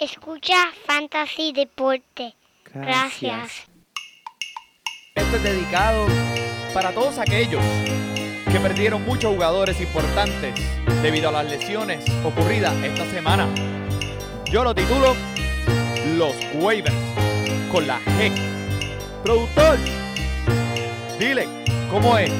Escucha Fantasy Deporte. Gracias. Esto es dedicado para todos aquellos que perdieron muchos jugadores importantes debido a las lesiones ocurridas esta semana. Yo lo titulo Los Waivers con la G. Productor, dile cómo es.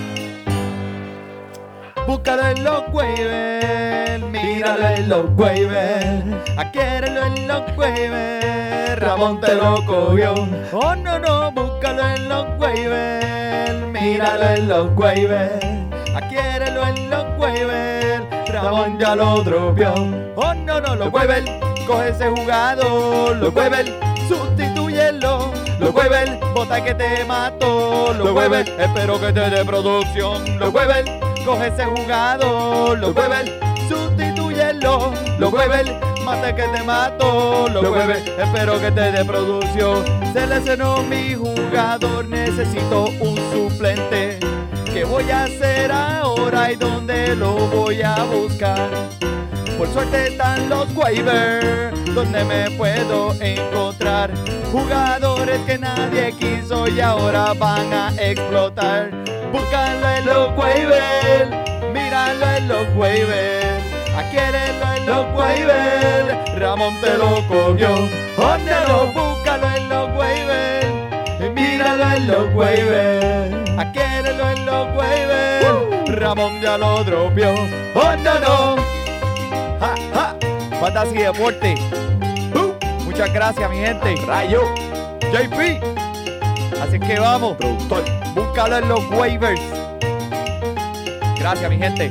Búscalo en los waivers, míralo en los waivers, adquiérelo en los waivers, Ramón te lo cogió. Oh no, búscalo en los waivers, míralo en los waivers, adquiérelo en los waivers, Ramón ya lo dropeó. Oh no, los waivers, coge ese jugador, los waivers, sustitúyelo. Los waivers, bota que te mató. Los waivers, espero que te dé producción. Los waivers, coge ese jugador. Los waivers, sustitúyelo. Los waivers, mata que te mató. Los waivers, espero que te dé producción. Se lesionó mi jugador, necesito un suplente. ¿Qué voy a hacer ahora y dónde lo voy a buscar? Por suerte están los waivers, donde me puedo encontrar jugadores que nadie quiso y ahora van a explotar. Búscalo en los waivers, míralo en los waivers, adquiérelo en los waivers, Ramón te lo cogió. Oh no, búscalo en los waivers, míralo en los waivers, adquiérelo en los waivers, Ramón ya lo dropeó. Oh no. Ja, ja. Fantasy Deporte. Muchas gracias, mi gente. Rayo. JP. Así que vamos. Productor. Búscalo en los waivers. Gracias, mi gente.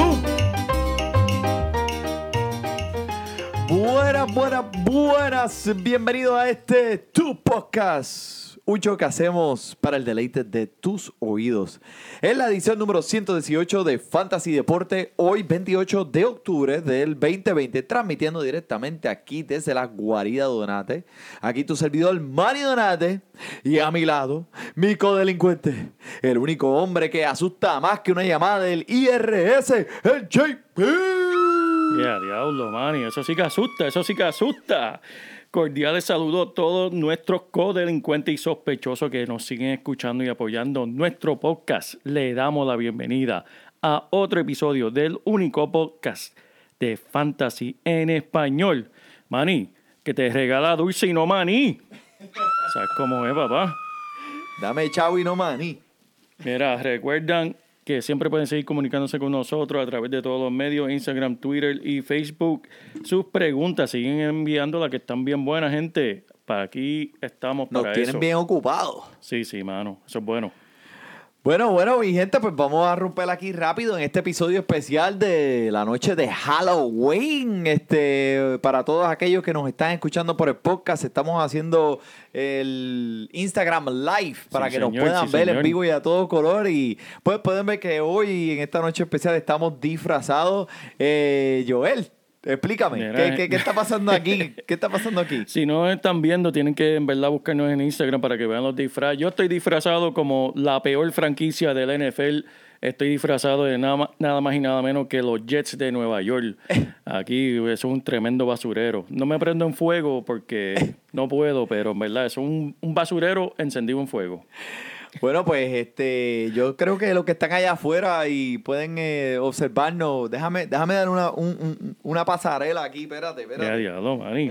Buenas. Bienvenido a Tu Podcast. Un show que hacemos para el deleite de tus oídos. Es la edición número 118 de Fantasy Deporte, hoy 28 de octubre del 2020, transmitiendo directamente aquí desde la guarida Donate. Aquí tu servidor Manny Donate y a mi lado, mi codelincuente, el único hombre que asusta más que una llamada del IRS, el JP. Ya, diablo, Manny, eso sí que asusta. Cordiales saludos a todos nuestros codelincuentes y sospechosos que nos siguen escuchando y apoyando nuestro podcast. Le damos la bienvenida a otro episodio del único podcast de Fantasy en español. Manny, que te regala dulce y no maní. ¿Sabes cómo es, papá? Dame chavo y no maní. Mira, recuerdan que siempre pueden seguir comunicándose con nosotros a través de todos los medios, Instagram, Twitter y Facebook. Sus preguntas siguen enviándolas, que están bien buenas, gente. Para aquí estamos para eso. Nos tienen bien ocupados. Sí, mano. Eso es bueno. Bueno, mi gente, pues vamos a romper aquí rápido en este episodio especial de la noche de Halloween. Para todos aquellos que nos están escuchando por el podcast, estamos haciendo el Instagram Live para que nos puedan ver en vivo y a todo color. Y pues pueden ver que hoy, en esta noche especial, estamos disfrazados. Joel, explícame, mira, ¿qué está pasando aquí? ¿Qué está pasando aquí? Si no están viendo, tienen que en verdad buscarnos en Instagram para que vean los disfraces. Yo estoy disfrazado como la peor franquicia del NFL. Estoy disfrazado de nada más y nada menos que los Jets de Nueva York. Aquí es un tremendo basurero. No me prendo en fuego porque no puedo, pero en verdad es un basurero encendido en fuego. Bueno, pues yo creo que los que están allá afuera y pueden observarnos, déjame dar una pasarela aquí, espérate. Ya, diablo, Manny,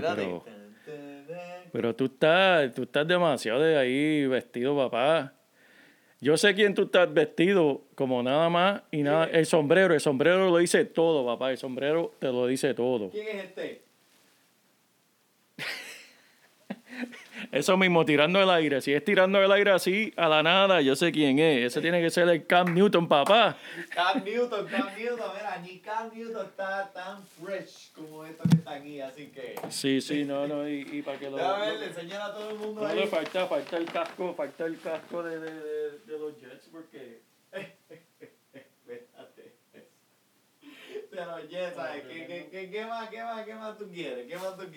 pero tú estás demasiado de ahí vestido, papá. Yo sé quién tú estás vestido, como nada más y nada. El sombrero lo dice todo, papá. El sombrero te lo dice todo. ¿Quién es este? Eso mismo, tirando el aire. Si es tirando el aire así, a la nada, yo sé quién es. Ese tiene que ser el Cam Newton, papá. Cam Newton. Mira, ni Cam Newton está tan fresh como estos que están aquí, así que... Sí, no, y para que lo... A ver, le enseñan a todo el mundo no ahí. le falta el casco de los Jets, porque... Pero Jets, ¿sabes? ¿Qué más tú quieres?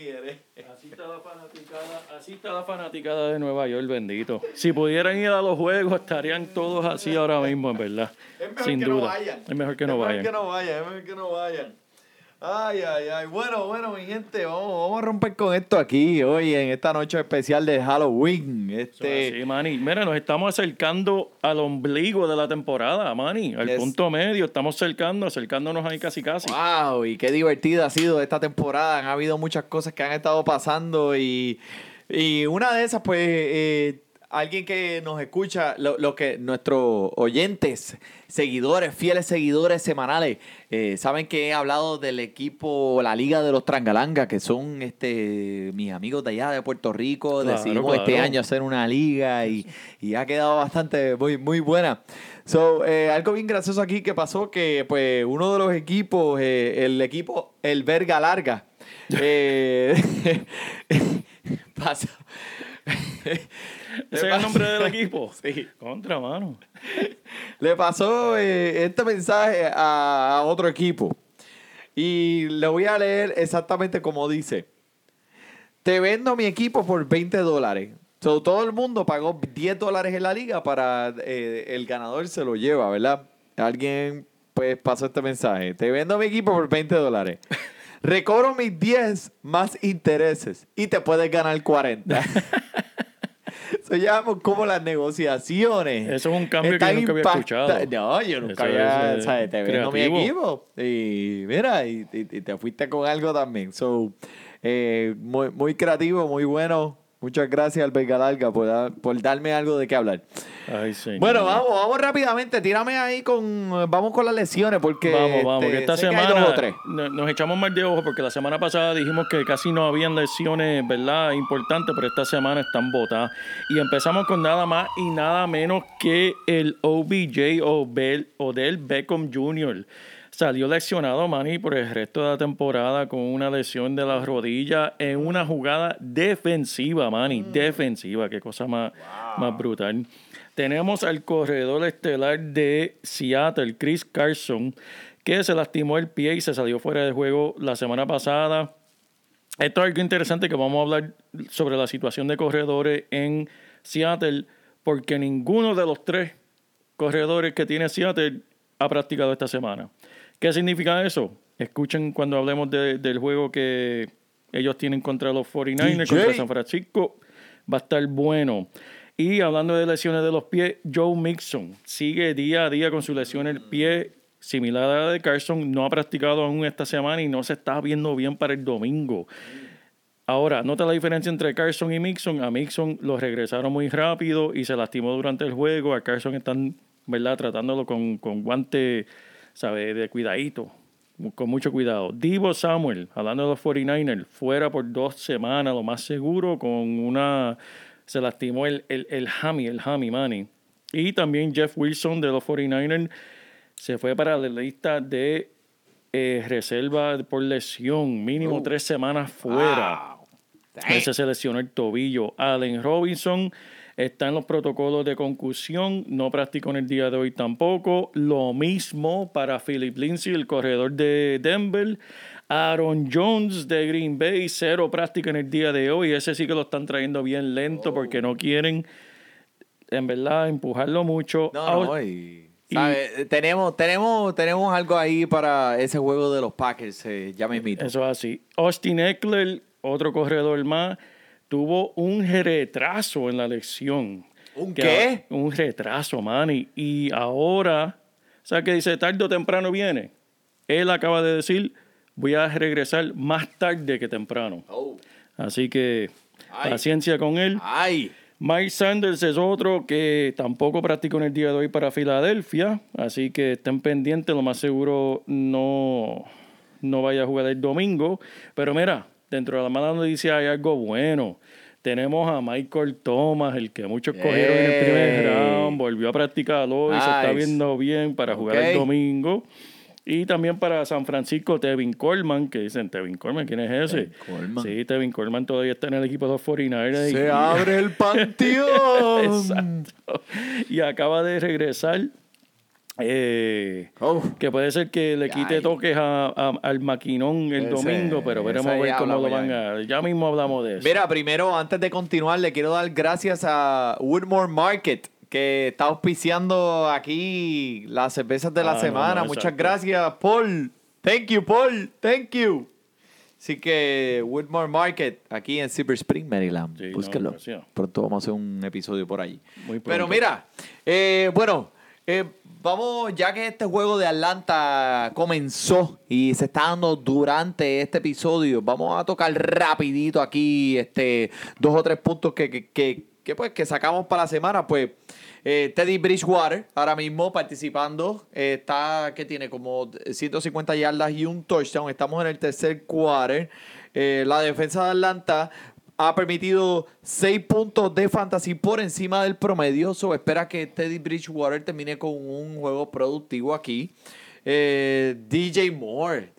Así está la fanaticada de Nueva York, bendito. Si pudieran ir a los juegos, estarían todos así ahora mismo, en verdad. Es mejor sin que duda. no vayan. Es mejor que no vayan. Es mejor que no vayan. Ay. Bueno, mi gente, vamos a romper con esto aquí hoy en esta noche especial de Halloween. Sí, Manny. Mira, nos estamos acercando al ombligo de la temporada, Manny. Al punto medio. Estamos acercándonos ahí casi. Wow, y qué divertida ha sido esta temporada. Han habido muchas cosas que han estado pasando y una de esas, pues, alguien que nos escucha, lo que nuestros oyentes, seguidores, fieles seguidores semanales, saben que he hablado del equipo, la Liga de los Trangalanga, que son mis amigos de allá de Puerto Rico. Claro, Decidimos este año hacer una liga y ha quedado bastante muy buena. Algo bien gracioso aquí que pasó, que pues uno de los equipos, el Verga Larga, pasó. ¿Ese es el nombre del equipo? Sí. Contra, mano. Le pasó este mensaje a otro equipo. Y le voy a leer exactamente como dice. Te vendo mi equipo por $20. Todo el mundo pagó $10 en la liga para el ganador se lo lleva, ¿verdad? Alguien pues pasó este mensaje. Te vendo mi equipo por $20. Recobro mis 10 más intereses y te puedes ganar 40. Se llaman como las negociaciones. Eso es un cambio que yo nunca había escuchado. No, yo nunca había, ¿sabes? Te vendo mi equipo. Y mira, y te fuiste con algo también. Muy creativo, muy bueno. Muchas gracias al Verga Larga por darme algo de qué hablar. Ay, señor. Bueno, vamos rápidamente. Tírame ahí vamos con las lesiones porque... Vamos, que esta semana nos echamos mal de ojo porque la semana pasada dijimos que casi no habían lesiones, ¿verdad? Importantes, pero esta semana están botadas. Y empezamos con nada más y nada menos que el OBJ, Odell Beckham Jr., salió lesionado, Manny, por el resto de la temporada con una lesión de la rodilla en una jugada defensiva, Manny. Defensiva, qué cosa más brutal. Tenemos al corredor estelar de Seattle, Chris Carson, que se lastimó el pie y se salió fuera de juego la semana pasada. Esto es algo interesante que vamos a hablar sobre la situación de corredores en Seattle, porque ninguno de los 3 corredores que tiene Seattle ha practicado esta semana. ¿Qué significa eso? Escuchen cuando hablemos del juego que ellos tienen contra los 49ers, contra San Francisco. Va a estar bueno. Y hablando de lesiones de los pies, Joe Mixon sigue día a día con su lesión en el pie, similar a la de Carson. No ha practicado aún esta semana y no se está viendo bien para el domingo. Ahora, nota la diferencia entre Carson y Mixon. A Mixon lo regresaron muy rápido y se lastimó durante el juego. A Carson están, ¿verdad?, tratándolo con guante, ¿sabe?, de cuidadito, con mucho cuidado. Deebo Samuel, hablando de los 49ers, fuera por 2 semanas, lo más seguro, se lastimó el hammy, Manny. Y también Jeff Wilson de los 49ers se fue para la lista de reserva por lesión, mínimo 3 semanas fuera. Ese se lesionó el tobillo. Allen Robinson está en los protocolos de concusión, no practicó en el día de hoy tampoco. Lo mismo para Philip Lindsay, el corredor de Denver. Aaron Jones de Green Bay, 0 práctica en el día de hoy. Ese sí que lo están trayendo bien lento porque no quieren, en verdad, empujarlo mucho. Tenemos algo ahí para ese juego de los Packers, ya mismito. Eso es así. Austin Eckler, otro corredor más, tuvo un retraso en la lesión. ¿Un qué? Un retraso, Manny. Y ahora, ¿sabes qué dice? Tarde o temprano viene. Él acaba de decir, voy a regresar más tarde que temprano. Así que paciencia con él. Mike Sanders es otro que tampoco practicó en el día de hoy para Filadelfia. Así que estén pendientes. Lo más seguro no vaya a jugar el domingo. Pero mira, dentro de la mala noticia hay algo bueno. Tenemos a Michael Thomas, el que muchos cogieron en el primer round. Volvió a practicar hoy. Se está viendo bien para jugar el domingo. Y también para San Francisco, Tevin Coleman, que dicen, Tevin Coleman, ¿quién es ese? Sí, Tevin Coleman todavía está en el equipo de los 49ers. ¡Se abre el panteón! Exacto. Y acaba de regresar. Que puede ser que le quite toques al maquinón el domingo, pero veremos a ver cómo lo van a... Ya mismo hablamos de eso. Mira, primero, antes de continuar, le quiero dar gracias a Woodmore Market, que está auspiciando aquí las cervezas de la semana. Muchas gracias por Thank you, Paul. Thank you. Así que Woodmore Market, aquí en Silver Spring, Maryland. Sí, Búsquenlo. gracias. Pronto vamos a hacer un episodio por allí. Muy pronto. Pero mira, vamos, ya que este juego de Atlanta comenzó y se está dando durante este episodio, vamos a tocar rapidito aquí 2 o 3 puntos que sacamos para la semana. Pues Teddy Bridgewater ahora mismo participando, que tiene como 150 yardas y un touchdown. Estamos en el tercer quarter. La defensa de Atlanta ha permitido 6 puntos de fantasy por encima del promedio. Espera que Teddy Bridgewater termine con un juego productivo aquí. DJ Moore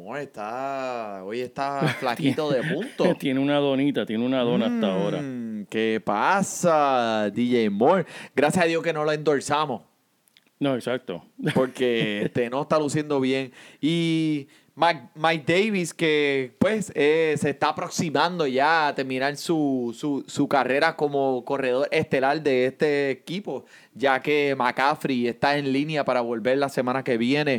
hoy está flaquito de puntos. Tiene una dona hasta ahora. ¿Qué pasa, DJ Moore? Gracias a Dios que no lo endorsamos. No, exacto. Porque no está luciendo bien. Y Mike Davis, que pues se está aproximando ya a terminar su carrera como corredor estelar de este equipo, ya que McCaffrey está en línea para volver la semana que viene.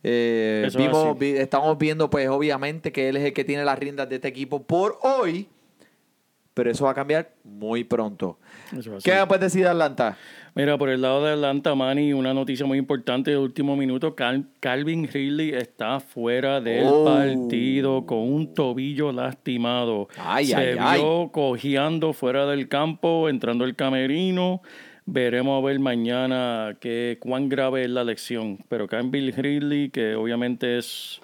Estamos viendo pues obviamente que él es el que tiene las riendas de este equipo por hoy, pero eso va a cambiar muy pronto. ¿Qué me puedes decir de Atlanta? Mira, por el lado de Atlanta, Manny, una noticia muy importante de último minuto. Calvin Ridley está fuera del partido con un tobillo lastimado. Se vio cojeando fuera del campo, entrando al camerino. Veremos a ver mañana cuán grave es la lesión. Pero Calvin Ridley, que obviamente es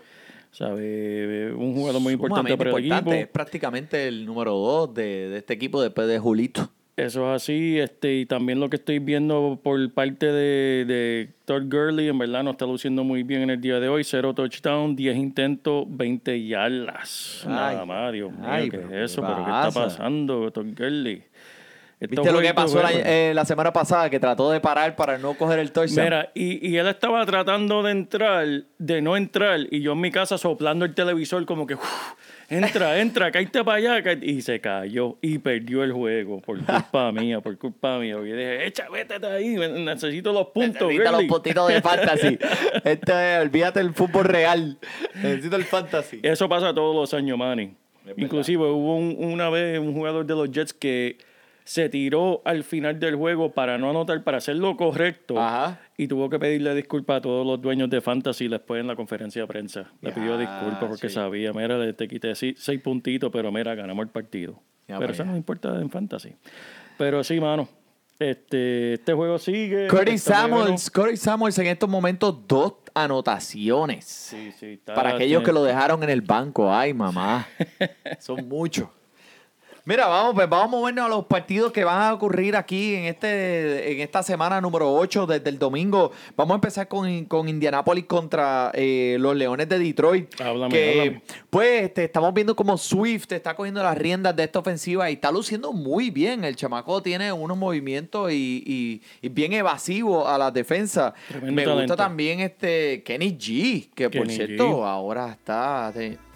un jugador muy importante para el equipo. Es prácticamente el número 2 de este equipo después de Julito. Eso es así, y también lo que estoy viendo por parte de Todd Gurley, en verdad no está luciendo muy bien en el día de hoy. 0 touchdown, 10 intentos, 20 yardas. Nada más, Dios mío, ¿qué es eso? ¿Pero qué está pasando, Todd Gurley? ¿Viste lo que pasó la semana pasada? Que trató de parar para no coger el touchdown. Mira, y él estaba tratando de no entrar, y yo en mi casa soplando el televisor como que... Entra, cállate para allá. Y se cayó y perdió el juego por culpa mía. Y dije, vete de ahí, necesito los puntos. Necesito los puntitos de fantasy. Olvídate del fútbol real. Necesito el fantasy. Eso pasa todos los años, Manny. Inclusive hubo una vez un jugador de los Jets que se tiró al final del juego para no anotar, para hacer lo correcto. Ajá. Y tuvo que pedirle disculpas a todos los dueños de Fantasy después en la conferencia de prensa. Le pidió disculpas porque sabía, mira, te quité 6 puntitos, pero mira, ganamos el partido. Pero eso no importa en Fantasy. Pero sí, mano, este juego sigue. Curtis Samuels en estos momentos 2 anotaciones. Sí, para aquellos que lo dejaron en el banco. Ay, mamá. Son muchos. Mira, vamos a movernos a los partidos que van a ocurrir aquí en esta semana número 8 desde el domingo. Vamos a empezar con Indianapolis contra los Leones de Detroit. Háblame. Pues estamos viendo como Swift está cogiendo las riendas de esta ofensiva y está luciendo muy bien. El chamaco tiene unos movimientos y bien evasivos a la defensa. Me gusta también Kenny G, que por cierto ahora está...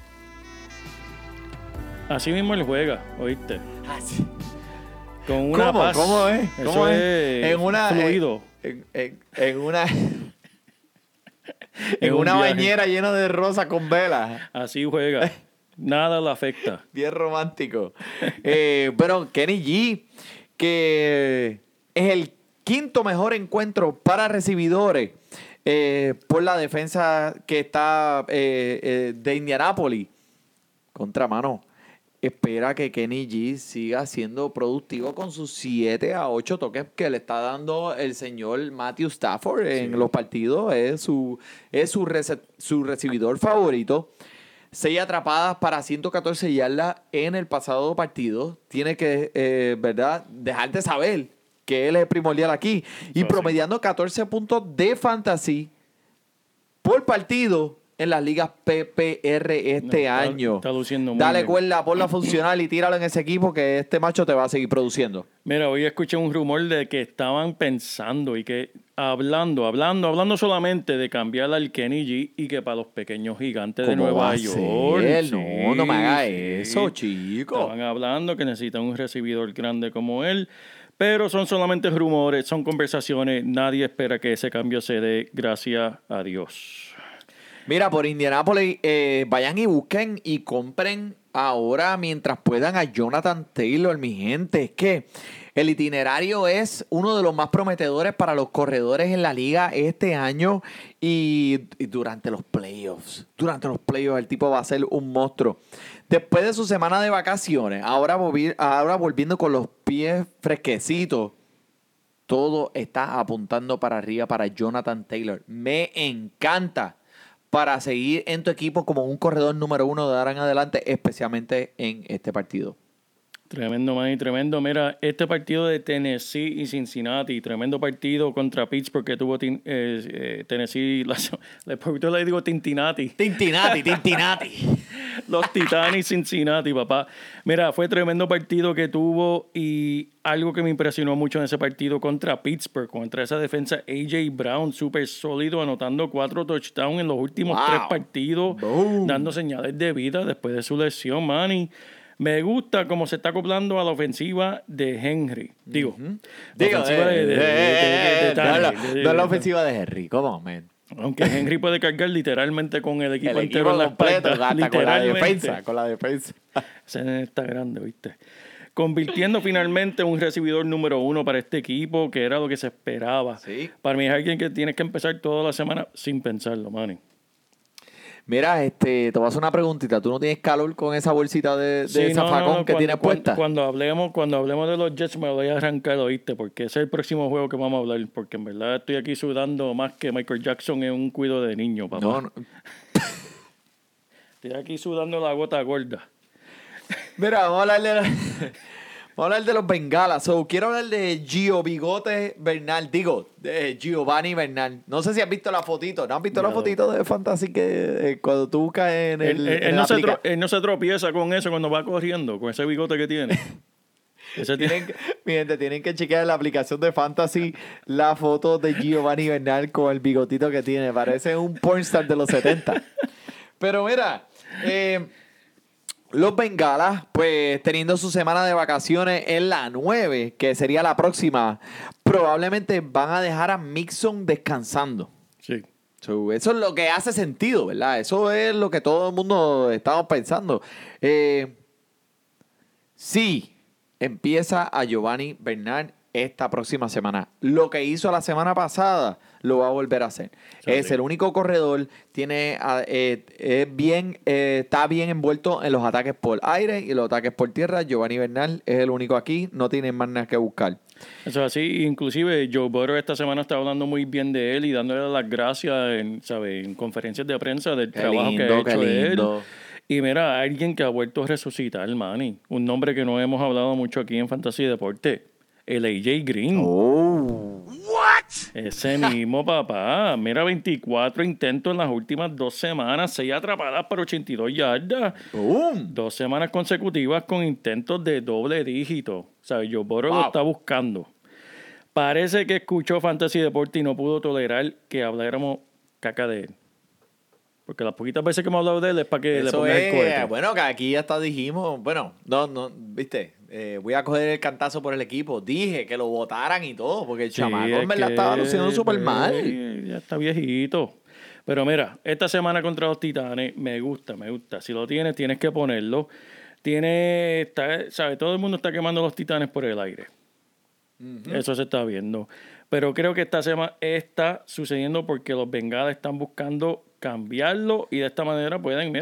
Así mismo él juega, ¿oíste? Así. Con una paz. ¿Cómo es? ¿Cómo es? Fluido. En una bañera llena de rosa con velas. Así juega. Nada lo afecta. Bien romántico. Bueno, Kenny G, que es el 5º mejor encuentro para recibidores por la defensa que está de Indianapolis. Contramano. Espera que Kenny G siga siendo productivo con sus 7 a 8 toques que le está dando el señor Matthew Stafford en los partidos. Es su recibidor favorito. 6 atrapadas para 114 yardas en el pasado partido. Tiene que, ¿verdad?, dejarte saber que él es primordial aquí. Y promediando 14 puntos de fantasy por partido en las ligas PPR año. Está luciendo muy Dale bien. cuerda, ponla funcional y tíralo en ese equipo que este macho te va a seguir produciendo. Mira, hoy escuché un rumor de que estaban pensando y que hablando solamente de cambiar al Kenny G y que para los pequeños gigantes de Nueva York. No me hagas eso, chico. Estaban hablando que necesitan un recibidor grande como él. Pero son solamente rumores, son conversaciones. Nadie espera que ese cambio se dé, gracias a Dios. Mira, por Indianapolis, vayan y busquen y compren ahora mientras puedan a Jonathan Taylor, mi gente. Es que el itinerario es uno de los más prometedores para los corredores en la liga este año y durante los playoffs. Durante los playoffs el tipo va a ser un monstruo. Después de su semana de vacaciones, ahora volviendo con los pies fresquecitos, todo está apuntando para arriba para Jonathan Taylor. Me encanta para seguir en tu equipo como un corredor número 1 de ahora en adelante, especialmente en este partido. Tremendo, man, tremendo. Mira, este partido de Tennessee y Cincinnati, tremendo partido contra Pittsburgh que tuvo Tennessee. Le digo Tintinati. Tintinati. Los Titanes y Cincinnati, papá. Mira, fue tremendo partido que tuvo y algo que me impresionó mucho en ese partido contra Pittsburgh, contra esa defensa A.J. Brown, súper sólido, anotando 4 touchdowns en los últimos 3 partidos, dando señales de vida después de su lesión, man. Y me gusta cómo se está acoplando a la ofensiva de Henry. Digo, la ofensiva no la ofensiva de Henry, ¿cómo, man? Aunque Henry puede cargar literalmente con el equipo entero en la completo, espalda. Con la defensa. Ese está grande, ¿viste? Convirtiendo finalmente un recibidor número 1 para este equipo, que era lo que se esperaba. Sí. Para mí es alguien que tienes que empezar toda la semana sin pensarlo, Manny. Mira, te voy a hacer una preguntita. ¿Tú no tienes calor con esa bolsita de zafacón que tienes puesta? Cuando hablemos de los Jets me voy a arrancar, ¿oíste? Porque ese es el próximo juego que vamos a hablar. Porque en verdad estoy aquí sudando más que Michael Jackson en un cuido de niño, papá. No. Estoy aquí sudando la gota gorda. Mira, vamos a hablar de los bengalas. Quiero hablar de Gio Bigote Bernal. Digo, de Giovanni Bernal. No sé si has visto la fotito. ¿No has visto la fotito de Fantasy que cuando tú buscas en el... Él no se tropieza con eso cuando va corriendo, con ese bigote que tiene. Mi gente, tienen que chequear en la aplicación de Fantasy la foto de Giovanni Bernal con el bigotito que tiene. Parece un pornstar de los 70. Pero mira... los bengalas, pues teniendo su semana de vacaciones en la 9, que sería la próxima, probablemente van a dejar a Mixon descansando. Sí. Eso es lo que hace sentido, ¿verdad? Eso es lo que todo el mundo estamos pensando. Sí, empieza a Giovanni Bernal esta próxima semana. Lo que hizo la semana pasada lo va a volver a hacer. Sí, es el único corredor, está bien envuelto en los ataques por aire y los ataques por tierra. Giovanni Bernal es el único aquí, no tiene más nada que buscar. Eso es así, inclusive Joe Burrow esta semana está hablando muy bien de él y dándole las gracias en conferencias de prensa del trabajo que ha hecho él. Y mira, alguien que ha vuelto a resucitar, Manny, un nombre que no hemos hablado mucho aquí en Fantasy Deporte. El A.J. Green. Oh. ¿What? Ese mismo, papá. Mira, 24 intentos en las últimas 2 semanas. 6 atrapadas para 82 yardas. Boom. 2 semanas consecutivas con intentos de doble dígito. ¿Sabes? Joe Burrow lo está buscando. Parece que escuchó Fantasy Deporte y no pudo tolerar que habláramos caca de él. Porque las poquitas veces que hemos hablado de él es para que le ponga el cohete. Bueno, que aquí hasta dijimos, bueno, no, viste, voy a coger el cantazo por el equipo. Dije que lo votaran y todo, porque el chamaco en verdad estaba luciendo súper mal. Ya está viejito. Pero mira, esta semana contra los Titanes me gusta. Si lo tienes que ponerlo. ¿Sabes? Todo el mundo está quemando los Titanes por el aire. Uh-huh. Eso se está viendo. Pero creo que esta semana está sucediendo porque los Bengalas están buscando cambiarlo y de esta manera pueden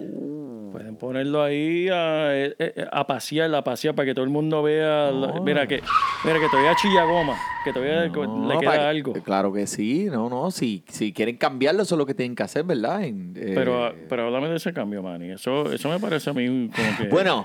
ponerlo ahí a pasear para que todo el mundo vea. Mira que todavía chilla goma, que todavía le queda algo. Claro que sí, si quieren cambiarlo, eso es lo que tienen que hacer, ¿verdad? Pero háblame de ese cambio, Manny. Eso me parece a mí como que... Bueno,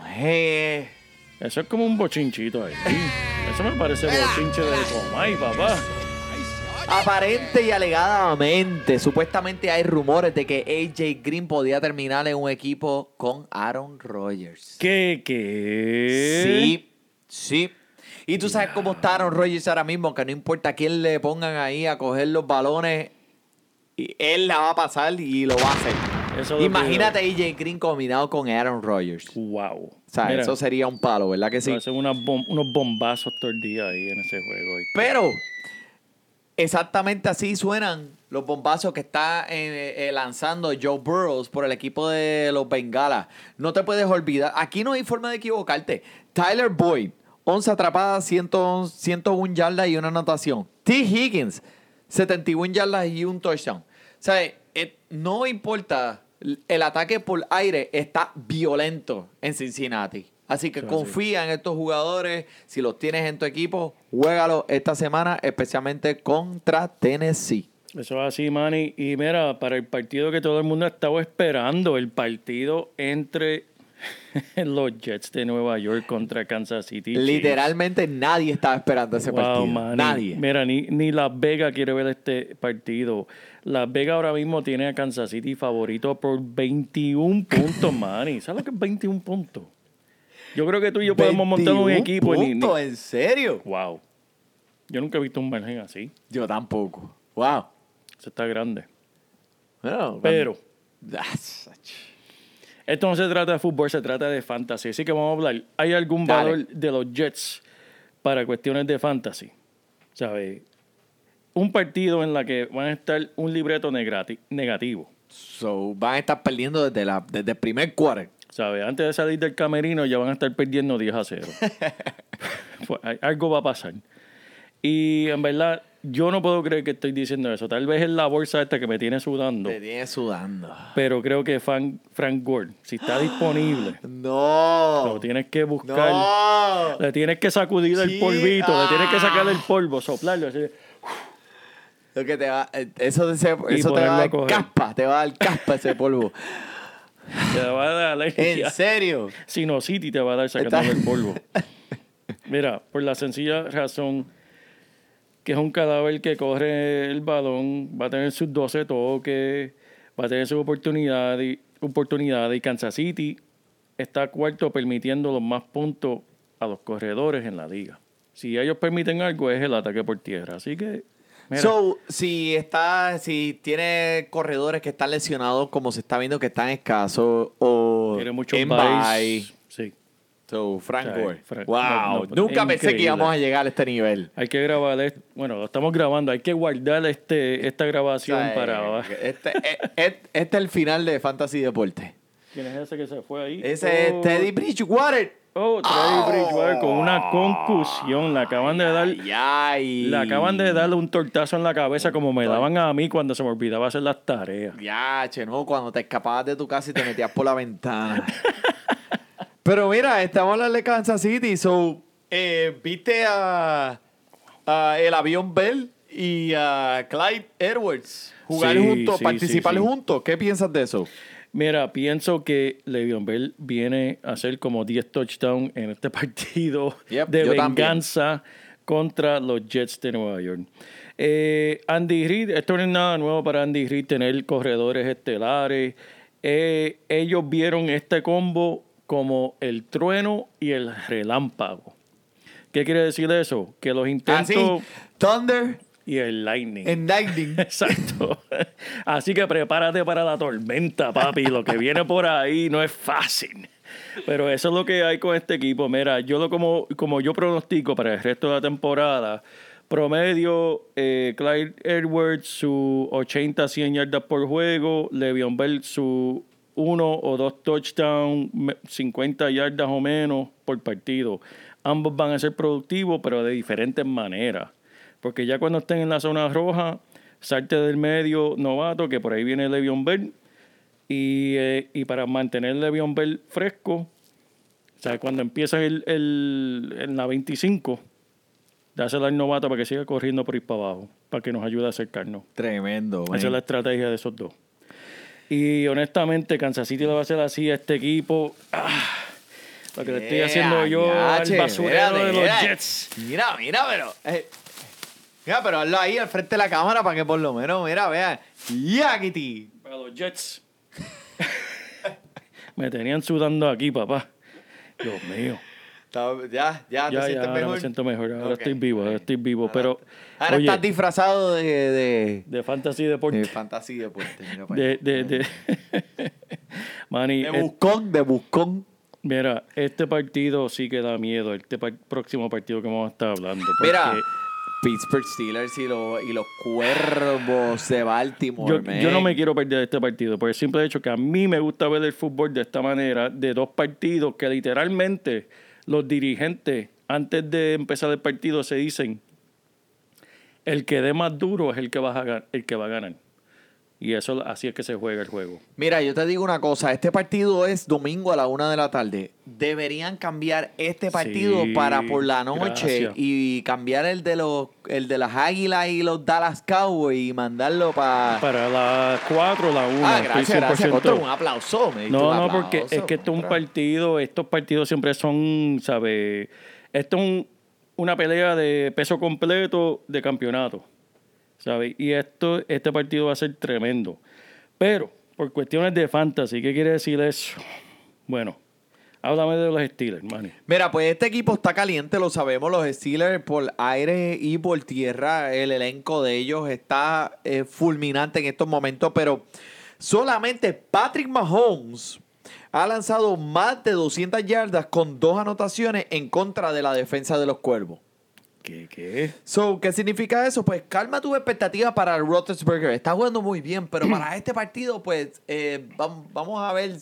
eso es como un bochinchito ahí. Eso me parece bochinche de Comay, papá. Aparente y alegadamente, supuestamente hay rumores de que A.J. Green podía terminar en un equipo con Aaron Rodgers. ¿Qué? Sí. Y tú sabes cómo está Aaron Rodgers ahora mismo, que no importa a quién le pongan ahí a coger los balones, él la va a pasar y lo va a hacer. Imagínate a A.J. Green combinado con Aaron Rodgers. Wow. O sea, mira, eso sería un palo, ¿verdad que sí? Va a ser unos bombazos todo el día ahí en ese juego. Pero exactamente así suenan los bombazos que está lanzando Joe Burrow por el equipo de los Bengalas. No te puedes olvidar. Aquí no hay forma de equivocarte. Tyler Boyd, 11 atrapadas, 101 yardas y una anotación. T. Higgins, 71 yardas y un touchdown. O sea, no importa. El ataque por aire está violento en Cincinnati. Así que confía en estos jugadores. Si los tienes en tu equipo, juégalo esta semana, especialmente contra Tennessee. Eso es así, Manny. Y mira, para el partido que todo el mundo estaba esperando, el partido entre los Jets de Nueva York contra Kansas City Chiefs. Literalmente nadie estaba esperando ese partido. Manny. Nadie. Mira, ni Las Vegas quiere ver este partido. Las Vegas ahora mismo tiene a Kansas City favorito por 21 puntos, Manny. ¿Sabes lo que es 21 puntos? Yo creo que tú y yo podemos montar un equipo. ¿En serio? Wow. Yo nunca he visto un margen así. Yo tampoco. Wow. Eso está grande. Bueno, pero esto no se trata de fútbol, se trata de fantasy. Así que vamos a hablar. ¿Hay algún valor de los Jets para cuestiones de fantasy? ¿Sabes? Un partido en la que van a estar un libreto negativo. So, van a estar perdiendo desde el primer quarter. ¿Sabes? Antes de salir del camerino ya van a estar perdiendo 10-0. Pues, algo va a pasar. Y en verdad, yo no puedo creer que estoy diciendo eso. Tal vez es la bolsa esta que me tiene sudando. Te tiene sudando. Pero creo que Frank Gore, si está disponible, no, lo tienes que buscar. No. Le tienes que sacudir el polvito, le tienes que sacar el polvo, soplarlo. Así. Lo que te va, eso te va a dar caspa, te va a dar caspa ese polvo. Te va a dar alergia. ¿En serio? Sinusitis te va a dar sacando el polvo. Mira, por la sencilla razón que es un cadáver que corre el balón, va a tener sus 12 toques, va a tener sus oportunidades y Kansas City está cuarto permitiendo los más puntos a los corredores en la liga. Si ellos permiten algo es el ataque por tierra, así que mira. So, si tiene corredores que están lesionados, como se está viendo que están escasos, o tiene muchos en bye. Sí. So, Frank Gore. Wow. Nunca pensé que íbamos a llegar a este nivel. Hay que grabar, bueno, lo estamos grabando, hay que guardar esta grabación para... Este es el final de Fantasy Deporte. ¿Quién es ese que se fue ahí? Ese es Teddy Bridgewater. Teddy Bridgewater con una concusión. Le acaban de dar un tortazo en la cabeza como me daban a mí cuando se me olvidaba hacer las tareas. No, cuando te escapabas de tu casa y te metías por la ventana. Pero mira, estamos hablando de Kansas City. So, ¿viste a el avión Bell y a Clyde Edwards jugar juntos, participar juntos? ¿Qué piensas de eso? Mira, pienso que Le'Veon Bell viene a hacer como 10 touchdowns en este partido de venganza contra los Jets de Nueva York. Andy Reid, esto no es nada nuevo para Andy Reid tener corredores estelares. Ellos vieron este combo como el trueno y el relámpago. ¿Qué quiere decir eso? Que los intentos... Thunder y el lightning. El lightning. Exacto. Así que prepárate para la tormenta, papi. Lo que viene por ahí no es fácil. Pero eso es lo que hay con este equipo. Mira, como yo pronostico para el resto de la temporada, promedio, Clyde Edwards su 80-100 yardas por juego, Le'Veon Bell su 1 o 2 touchdowns, 50 yardas o menos por partido. Ambos van a ser productivos, pero de diferentes maneras. Porque ya cuando estén en la zona roja, salte del medio novato, que por ahí viene Le'Veon Bell. Y para mantener Le'Veon Bell fresco, o sea, cuando empiezan en la 25, dásela al novato para que siga corriendo por ahí para abajo, para que nos ayude a acercarnos. Tremendo, man. Esa es la estrategia de esos dos. Y honestamente, Kansas City le va a hacer así a este equipo. Lo que le estoy haciendo yo al basurero de los Jets. Mira, pero hazlo ahí al frente de la cámara para que por lo menos, vea. Kitty. Para los Jets. Me tenían sudando aquí, papá. Dios mío. Ya te sientes mejor. Me siento mejor. Ahora estoy vivo. Pero, ahora oye, estás disfrazado de fantasy deporte. De fantasy deporte. Manny, de buscón. Mira, este partido sí que da miedo. Próximo partido que vamos a estar hablando. Mira, Pittsburgh Steelers y los Cuervos de Baltimore. Yo no me quiero perder este partido por el simple hecho que a mí me gusta ver el fútbol de esta manera, de dos partidos que literalmente los dirigentes antes de empezar el partido se dicen el que dé más duro es el que va a ganar. Y eso así es que se juega el juego. Mira, yo te digo una cosa. Este partido es domingo a la 1 de la tarde. Deberían cambiar este partido para por la noche. Gracias. Y cambiar el de las Águilas y los Dallas Cowboys y mandarlo Para las 4 la 1. Gracias. Otro, un aplauso. No, porque es que esto es un partido. Estos partidos siempre son, ¿sabes? Esto es una pelea de peso completo de campeonato. ¿Sabes? Y este partido va a ser tremendo. Pero, por cuestiones de fantasy, ¿qué quiere decir eso? Bueno, háblame de los Steelers, Manny. Mira, pues este equipo está caliente, lo sabemos. Los Steelers por aire y por tierra, el elenco de ellos está fulminante en estos momentos. Pero solamente Patrick Mahomes ha lanzado más de 200 yardas con 2 anotaciones en contra de la defensa de los Cuervos. ¿Qué? ¿Qué significa eso? Pues calma tus expectativas para el Roethlisberger. Está jugando muy bien, pero para este partido, pues, vamos a ver...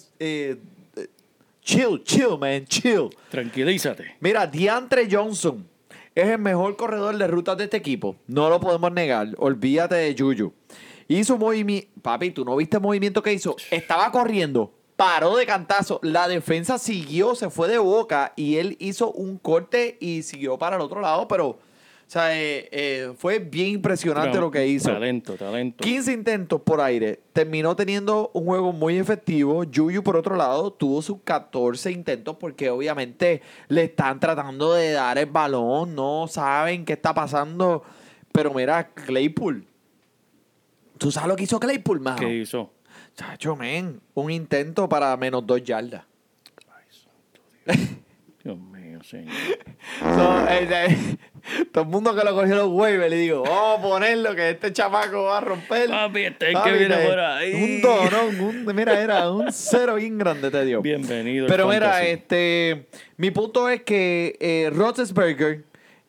chill, man, chill. Tranquilízate. Mira, DeAndre Johnson es el mejor corredor de rutas de este equipo. No lo podemos negar. Olvídate de Juju. Hizo movimiento... Papi, ¿tú no viste el movimiento que hizo? Estaba corriendo. Paró de cantazo. La defensa siguió, se fue de boca y él hizo un corte y siguió para el otro lado, pero... O sea, fue bien impresionante lo que hizo. Talento. 15 intentos por aire. Terminó teniendo un juego muy efectivo. Juju, por otro lado, tuvo sus 14 intentos porque obviamente le están tratando de dar el balón. No saben qué está pasando. Pero mira, Claypool. ¿Tú sabes lo que hizo Claypool, mano? ¿Qué hizo? Chacho, men. Un intento para menos 2 yardas. Ay, santo Dios mío, señor. Todo el mundo que lo cogió los waivers, le digo, vamos a ponerlo que este chamaco va a romper. Papi, que viene por ahí. Un donón, mira, era un cero bien grande te dio. Bienvenido. Pero mira, mi punto es que Roethlisberger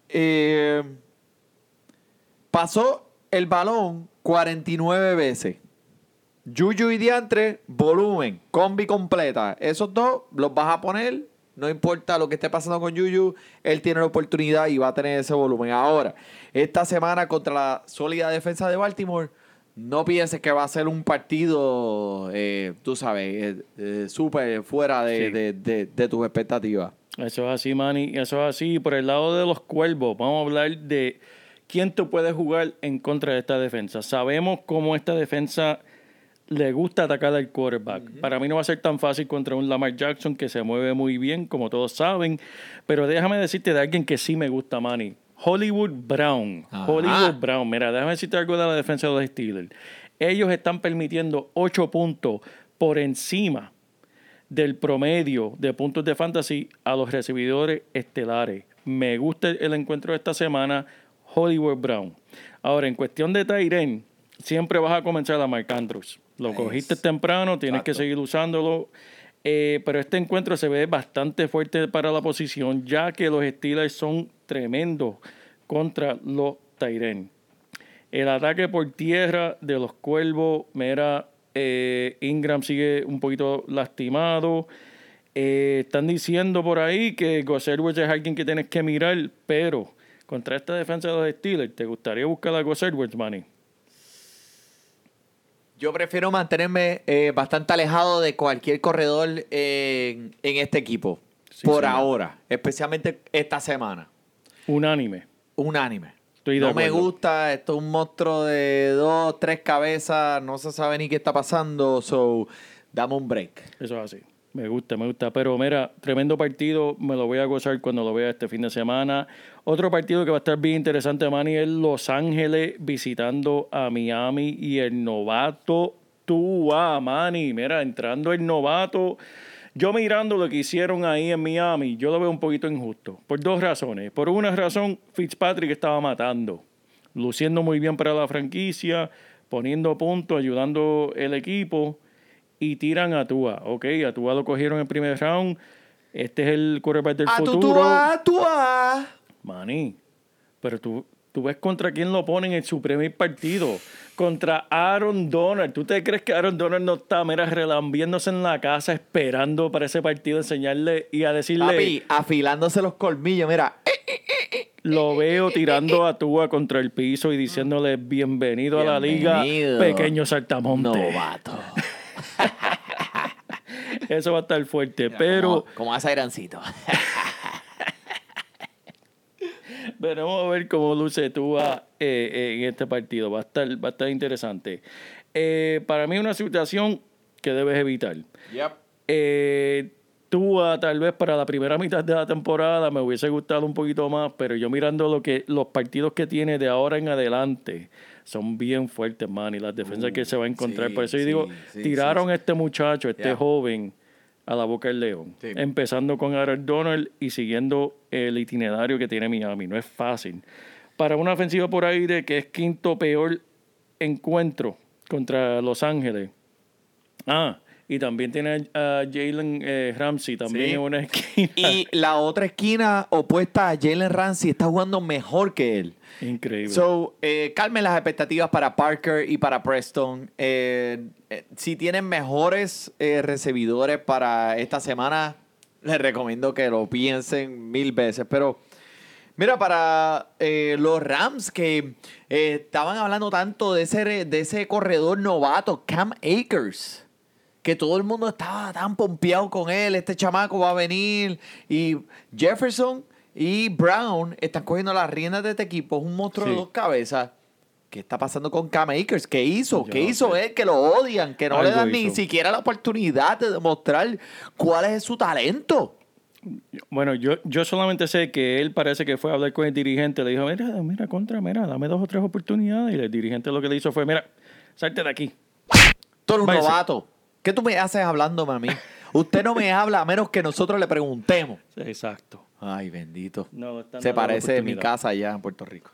pasó el balón 49 veces. Juju y DeAndre, volumen, combi completa. Esos dos los vas a poner. No importa lo que esté pasando con Juju, él tiene la oportunidad y va a tener ese volumen. Ahora, esta semana contra la sólida defensa de Baltimore, no pienses que va a ser un partido, tú sabes, súper fuera de tus expectativas. Eso es así, Manny. Eso es así. Por el lado de los Cuervos, vamos a hablar de quién tú puedes jugar en contra de esta defensa. Sabemos cómo esta defensa le gusta atacar al quarterback. Uh-huh. Para mí no va a ser tan fácil contra un Lamar Jackson que se mueve muy bien, como todos saben. Pero déjame decirte de alguien que sí me gusta, Manny. Hollywood Brown. Ajá. Hollywood Brown. Mira, déjame decirte algo de la defensa de los Steelers. Ellos están permitiendo 8 puntos por encima del promedio de puntos de fantasy a los recibidores estelares. Me gusta el encuentro de esta semana. Hollywood Brown. Ahora, en cuestión de tight end, siempre vas a comenzar a Mark Andrews. Lo cogiste temprano, tienes que seguir usándolo. Pero este encuentro se ve bastante fuerte para la posición, ya que los Steelers son tremendos contra los tight end. El ataque por tierra de los Cuervos, mira, Ingram sigue un poquito lastimado. Están diciendo por ahí que Gus Edwards es alguien que tienes que mirar, pero contra esta defensa de los Steelers, ¿te gustaría buscar a Gus Edwards, Manny? Yo prefiero mantenerme bastante alejado de cualquier corredor en este equipo. Sí, por ahora. Especialmente esta semana. Unánime. Estoy de acuerdo. Me gusta. Esto es un monstruo de 2, 3 cabezas. No se sabe ni qué está pasando. So, dame un break. Eso es así. Me gusta. Pero mira, tremendo partido. Me lo voy a gozar cuando lo vea este fin de semana. Otro partido que va a estar bien interesante, Manny, es Los Ángeles visitando a Miami y el novato Tua, Manny. Mira, entrando el novato. Yo mirando lo que hicieron ahí en Miami, yo lo veo un poquito injusto. Por 2 razones. Por una razón, Fitzpatrick estaba matando. Luciendo muy bien para la franquicia, poniendo puntos, ayudando el equipo. Y tiran a Tua. Ok, a Tua lo cogieron en el primer round. Este es el quarterback del futuro. Tua. Manny, pero tú tú ves contra quién lo ponen en su primer partido. Contra Aaron Donald. ¿Tú te crees que Aaron Donald no está, relambiéndose en la casa esperando para ese partido, enseñarle y a decirle... Papi, afilándose los colmillos, mira. Lo veo tirando a Tua contra el piso y diciéndole bienvenido a la liga, pequeño saltamonte. Novato. Eso va a estar fuerte, Mira, pero... Como hace Irancito. Veremos a ver cómo luce Tua en este partido. Va a estar interesante. Para mí una situación que debes evitar. Yep. Tua tal vez para la primera mitad de la temporada me hubiese gustado un poquito más, pero yo mirando los partidos que tiene de ahora en adelante son bien fuertes, man, y las defensas que se va a encontrar. Sí, Por eso yo digo, tiraron a este muchacho, joven, a la boca del león. Sí. Empezando con Aaron Donald y siguiendo el itinerario que tiene Miami. No es fácil. Para una ofensiva por aire que es quinto peor encuentro contra Los Ángeles. Y también tiene a Jalen Ramsey también en una esquina. Y la otra esquina opuesta a Jalen Ramsey está jugando mejor que él. Increíble. Calmen las expectativas para Parker y para Preston. Si tienen mejores recibidores para esta semana, les recomiendo que lo piensen 1000 veces. Pero mira, para los Rams que estaban hablando tanto de ese corredor novato, Cam Akers, que todo el mundo estaba tan pompeado con él, este chamaco va a venir, y Jefferson y Brown están cogiendo las riendas de este equipo, es un monstruo de 2 cabezas. ¿Qué está pasando con Cam Akers? ¿Qué hizo? ¿Qué hizo él? Que lo odian, que no Algo le dan hizo. ni siquiera la oportunidad de demostrar cuál es su talento. Bueno, yo solamente sé que él parece que fue a hablar con el dirigente, le dijo, mira, dame 2 o 3 oportunidades, y el dirigente lo que le hizo fue, mira, salte de aquí. Tú eres un Váyase. novato. ¿Qué tú me haces hablándome a mí? Usted no me habla a menos que nosotros le preguntemos. Exacto. Ay, bendito. No, están Se dando parece de mi oportunidad. casa allá en Puerto Rico.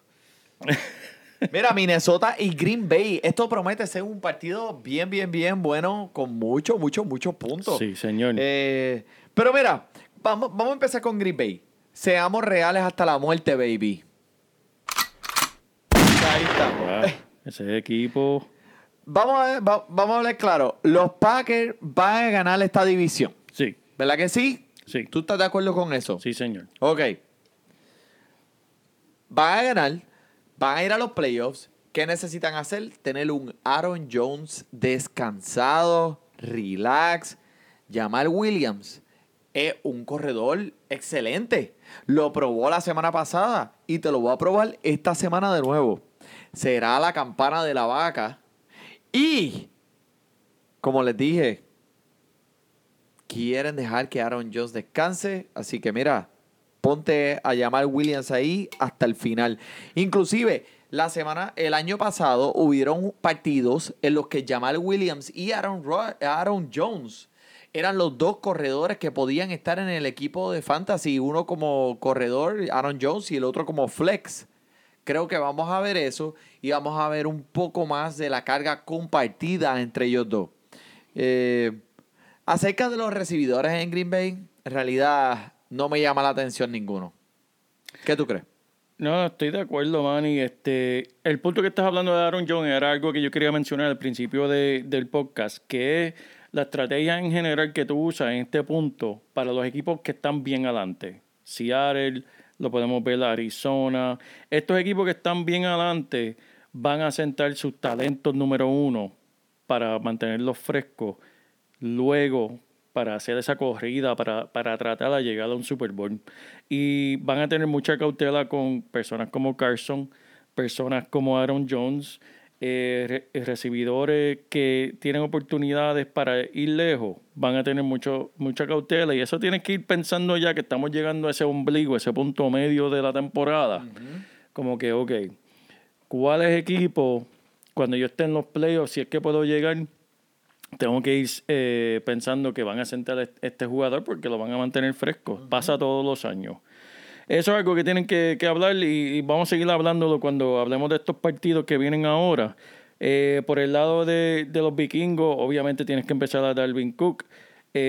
Mira, Minnesota y Green Bay. Esto promete ser un partido bien bueno, con muchos puntos. Sí, señor. Pero mira, vamos a empezar con Green Bay. Seamos reales hasta la muerte, baby. Ahí está. Wow, ese equipo... Vamos a hablar claro. Los Packers van a ganar esta división. Sí, ¿Verdad que sí? sí. ¿Tú estás de acuerdo con eso? Sí, señor. Ok. Van a ganar. Van a ir a los playoffs. ¿Qué necesitan hacer? Tener un Aaron Jones descansado, relax. Jamal Williams es un corredor excelente. Lo probó la semana pasada y te lo voy a probar esta semana de nuevo. Será la campana de la vaca. Y, como les dije, quieren dejar que Aaron Jones descanse. Así que mira, ponte a Jamal Williams ahí hasta el final. Inclusive, el año pasado hubieron partidos en los que Jamal Williams y Aaron Jones eran los 2 corredores que podían estar en el equipo de fantasy. Uno como corredor, Aaron Jones, y el otro como flex. Creo que vamos a ver eso y vamos a ver un poco más de la carga compartida entre ellos dos. Acerca de los recibidores en Green Bay, en realidad no me llama la atención ninguno. ¿Qué tú crees? No, estoy de acuerdo, Manny. El punto que estás hablando de Aaron Jones era algo que yo quería mencionar al principio del podcast, que es la estrategia en general que tú usas en este punto para los equipos que están bien adelante. Seattle, lo podemos ver Arizona. Estos equipos que están bien adelante van a sentar sus talentos número 1 para mantenerlos frescos. Luego, para hacer esa corrida, para tratar de llegar a un Super Bowl. Y van a tener mucha cautela con personas como Carson, personas como Aaron Jones, recibidores que tienen oportunidades para ir lejos, van a tener mucha cautela, y eso tienes que ir pensando ya que estamos llegando a ese ombligo, ese punto medio de la temporada. Como que, ok, ¿cuáles equipos, cuando yo esté en los playoffs, si es que puedo llegar, tengo que ir pensando que van a sentar a este jugador porque lo van a mantener fresco? Pasa todos los años. Eso es algo que tienen que hablar, y vamos a seguir hablándolo cuando hablemos de estos partidos que vienen ahora. Por el lado de los vikingos, obviamente tienes que empezar a Dalvin Cook,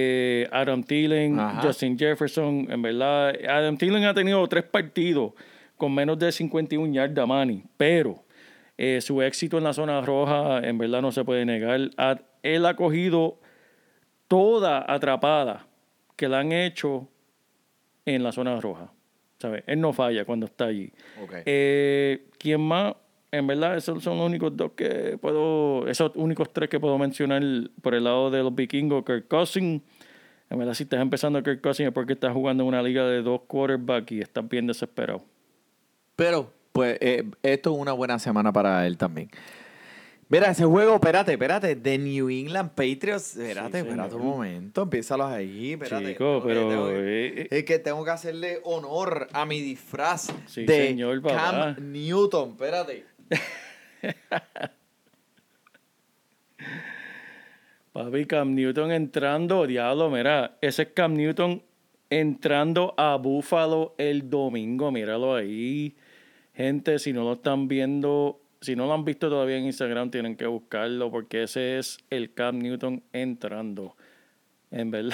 Adam Thielen, Justin Jefferson. En verdad, Adam Thielen ha tenido 3 partidos con menos de 51 yardas, Manny, pero su éxito en la zona roja en verdad no se puede negar. Él ha cogido toda atrapada que le han hecho en la zona roja, ¿sabes? Él no falla cuando está allí. Okay. ¿Quién más? En verdad, esos son los únicos esos únicos tres que puedo mencionar por el lado de los vikingos. Kirk Cousins. En verdad, si estás empezando a Kirk Cousins es porque estás jugando en una liga de 2 quarterbacks y estás bien desesperado. Pero, pues, esto es una buena semana para él también. Mira, ese juego, espérate, de New England Patriots. Espérate un momento, empiézalos ahí, espérate. Chico, pero... es que tengo que hacerle honor a mi disfraz sí, de señor, Cam Newton, espérate. Papi, Cam Newton entrando, diablo, mira, ese es Cam Newton entrando a Buffalo el domingo, míralo ahí. Gente, si no lo están viendo, si no lo han visto todavía en Instagram, tienen que buscarlo porque ese es el Cam Newton entrando. En verdad.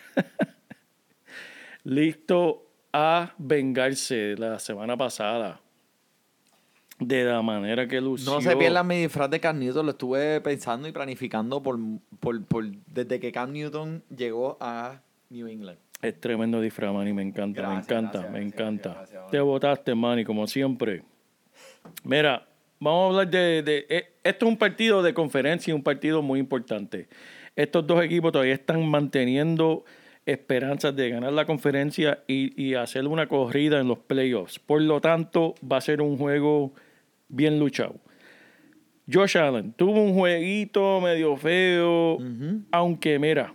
Listo a vengarse la semana pasada. De la manera que lució. No se pierdan mi disfraz de Cam Newton, lo estuve pensando y planificando desde que Cam Newton llegó a New England. Es tremendo disfraz, Manny, me encanta, Gracias. Gracias, Te botaste, Manny, como siempre. Mira, vamos a hablar esto es un partido de conferencia y un partido muy importante. Estos dos equipos todavía están manteniendo esperanzas de ganar la conferencia y hacer una corrida en los playoffs. Por lo tanto, va a ser un juego bien luchado. Josh Allen tuvo un jueguito medio feo, aunque mira,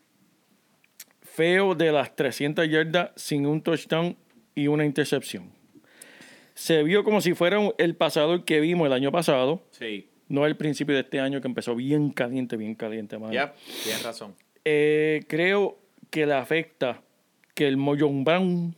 feo de las 300 yardas sin un touchdown y una intercepción. Se vio como si fuera el pasador que vimos el año pasado. Sí. No el principio de este año que empezó bien caliente, mano. Ya, tienes razón. Creo que le afecta que el Mojón Brown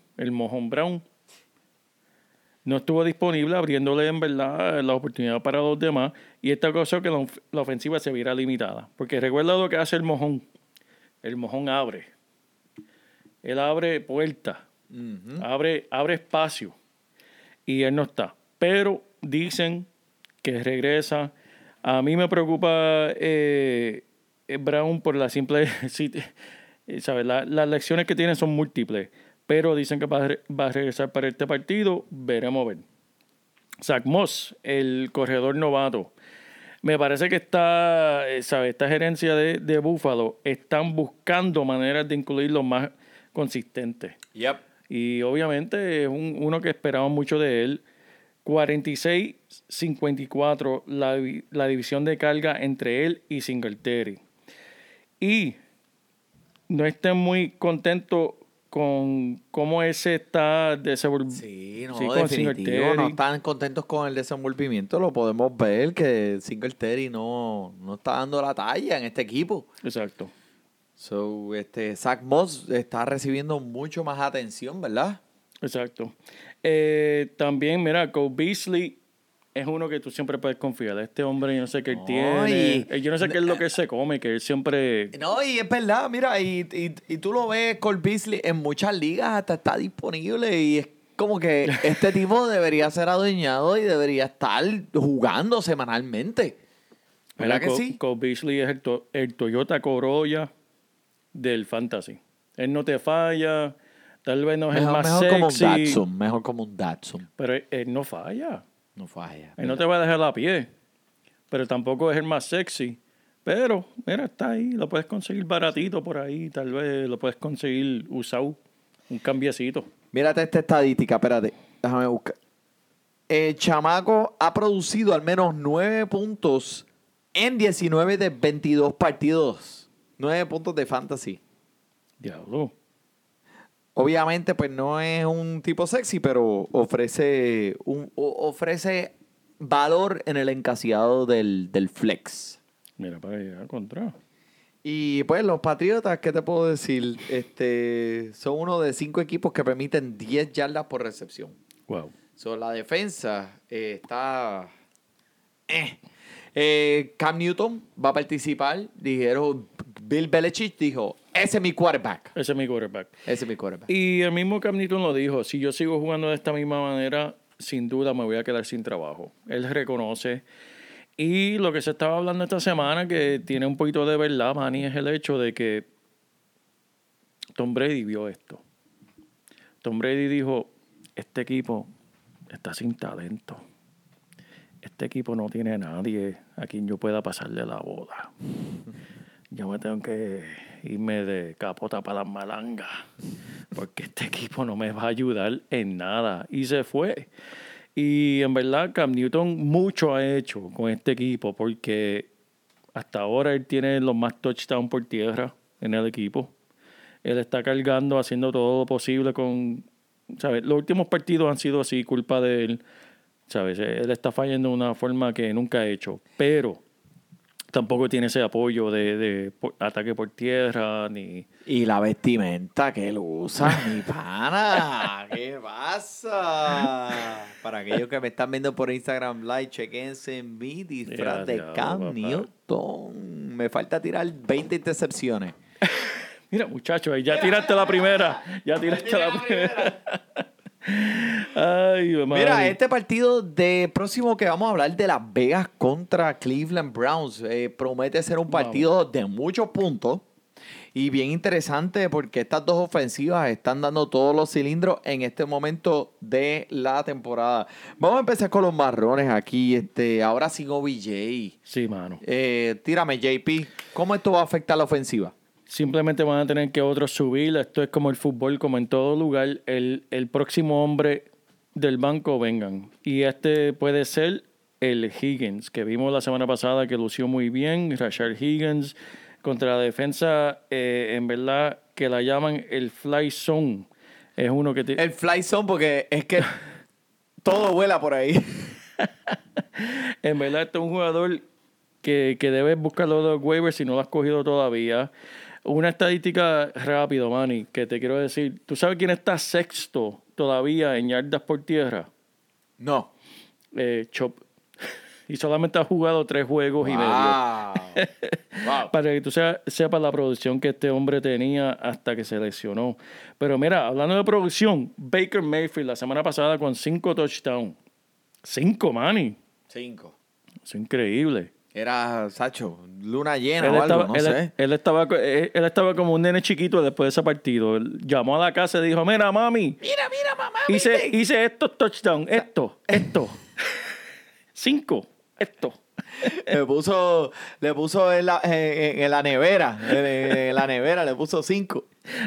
no estuvo disponible, abriéndole en verdad la oportunidad para los demás. Y esta cosa que la ofensiva se viera limitada. Porque recuerda lo que hace el Mojón. El Mojón abre. Él abre puertas. Abre espacio. Y él no está. Pero dicen que regresa. A mí me preocupa Brown por la simple... ¿sabes? Las lecciones que tiene son múltiples. Pero dicen que va a regresar para este partido. Veremos a ver. Zach Moss, el corredor novato. Me parece que esta gerencia de Buffalo están buscando maneras de incluirlo más consistentes. Yep. Y obviamente es uno que esperamos mucho de él. 46-54 la división de carga entre él y Singletary. Y no estén muy contentos con cómo ese está desenvolviendo. Sí, definitivo. No están contentos con el desenvolvimiento. Lo podemos ver que Singletary no está dando la talla en este equipo. Exacto. So, Zach Moss está recibiendo mucho más atención, ¿verdad? Exacto. También, mira, Cole Beasley es uno que tú siempre puedes confiar. Este hombre, yo no sé qué él tiene. Yo no sé qué es lo que él se come, que él siempre... No, y es verdad, mira, y tú lo ves, Cole Beasley, en muchas ligas hasta está disponible y es como que este tipo debería ser adueñado y debería estar jugando semanalmente. ¿Verdad que sí? Cole Beasley es el Toyota Corolla del fantasy. Él no te falla, tal vez no es el más sexy. Mejor como un Datsun. Pero él no falla. No falla. Él no te va a dejar a pie, pero tampoco es el más sexy. Pero, mira, está ahí. Lo puedes conseguir baratito por ahí. Tal vez lo puedes conseguir usado. Un cambiecito. Mírate esta estadística. Espérate. Déjame buscar. El chamaco ha producido al menos 9 puntos en 19 de 22 partidos. 9 puntos de fantasy. Diablo. Obviamente, pues no es un tipo sexy, pero ofrece valor en el encasillado del flex. Mira para allá, contra. Y pues los Patriotas, ¿qué te puedo decir? Son uno de 5 equipos que permiten 10 yardas por recepción. Wow. La defensa está... Cam Newton va a participar. Bill Belichick dijo, ese es mi quarterback. Ese es mi quarterback. Ese es mi quarterback. Y el mismo Cam Newton lo dijo, si yo sigo jugando de esta misma manera, sin duda me voy a quedar sin trabajo. Él reconoce. Y lo que se estaba hablando esta semana, que tiene un poquito de verdad, Manny, es el hecho de que Tom Brady vio esto. Tom Brady dijo, este equipo está sin talento. Este equipo no tiene a nadie a quien yo pueda pasarle la bola. Yo me tengo que irme de capota para las malangas, porque este equipo no me va a ayudar en nada. Y se fue. Y en verdad Cam Newton mucho ha hecho con este equipo, porque hasta ahora él tiene los más touchdowns por tierra en el equipo. Él está cargando, haciendo todo lo posible con... ¿sabes? Los últimos partidos han sido así, culpa de él. ¿Sabes? Él está fallando de una forma que nunca ha hecho. Pero tampoco tiene ese apoyo de ataque por tierra, ni... Y la vestimenta que él usa, mi pana. ¿Qué pasa? Para aquellos que me están viendo por Instagram Live, chequense en mi disfraz de Cam Newton. Me falta tirar 20 intercepciones. Mira, muchacho, ya tiraste la primera. Ya tiraste la primera. Ay, mira, este partido de próximo que vamos a hablar de Las Vegas contra Cleveland Browns promete ser un partido de muchos puntos y bien interesante porque estas dos ofensivas están dando todos los cilindros en este momento de la temporada. Vamos a empezar con los marrones aquí, ahora sin OBJ. Sí, mano. Tírame, JP, ¿cómo esto va a afectar la ofensiva? Simplemente van a tener que otros subir. Esto es como el fútbol, como en todo lugar. El próximo hombre del banco vengan. Y puede ser el Higgins, que vimos la semana pasada que lució muy bien. Rashard Higgins contra la defensa, en verdad, que la llaman el fly zone. Es uno que... El fly zone porque es que todo vuela por ahí. En verdad, este es un jugador que debes buscarlo de los waivers si no lo has cogido todavía. Una estadística rápido, Manny, que te quiero decir. ¿Tú sabes quién está sexto todavía en yardas por tierra? No. Chop. Y solamente ha jugado 3 juegos y medio. Wow. Para que tú sepas la producción que este hombre tenía hasta que se lesionó. Pero mira, hablando de producción, Baker Mayfield la semana pasada con 5 touchdowns. 5, Manny. 5. Es increíble. Era, Sacho, luna llena o algo, no sé. Él estaba como un nene chiquito después de ese partido. Él llamó a la casa y dijo, mira, mami. Mira, mamá. Hice estos touchdowns. Esto. 5. Esto. Le puso en la nevera. En la nevera le puso 5.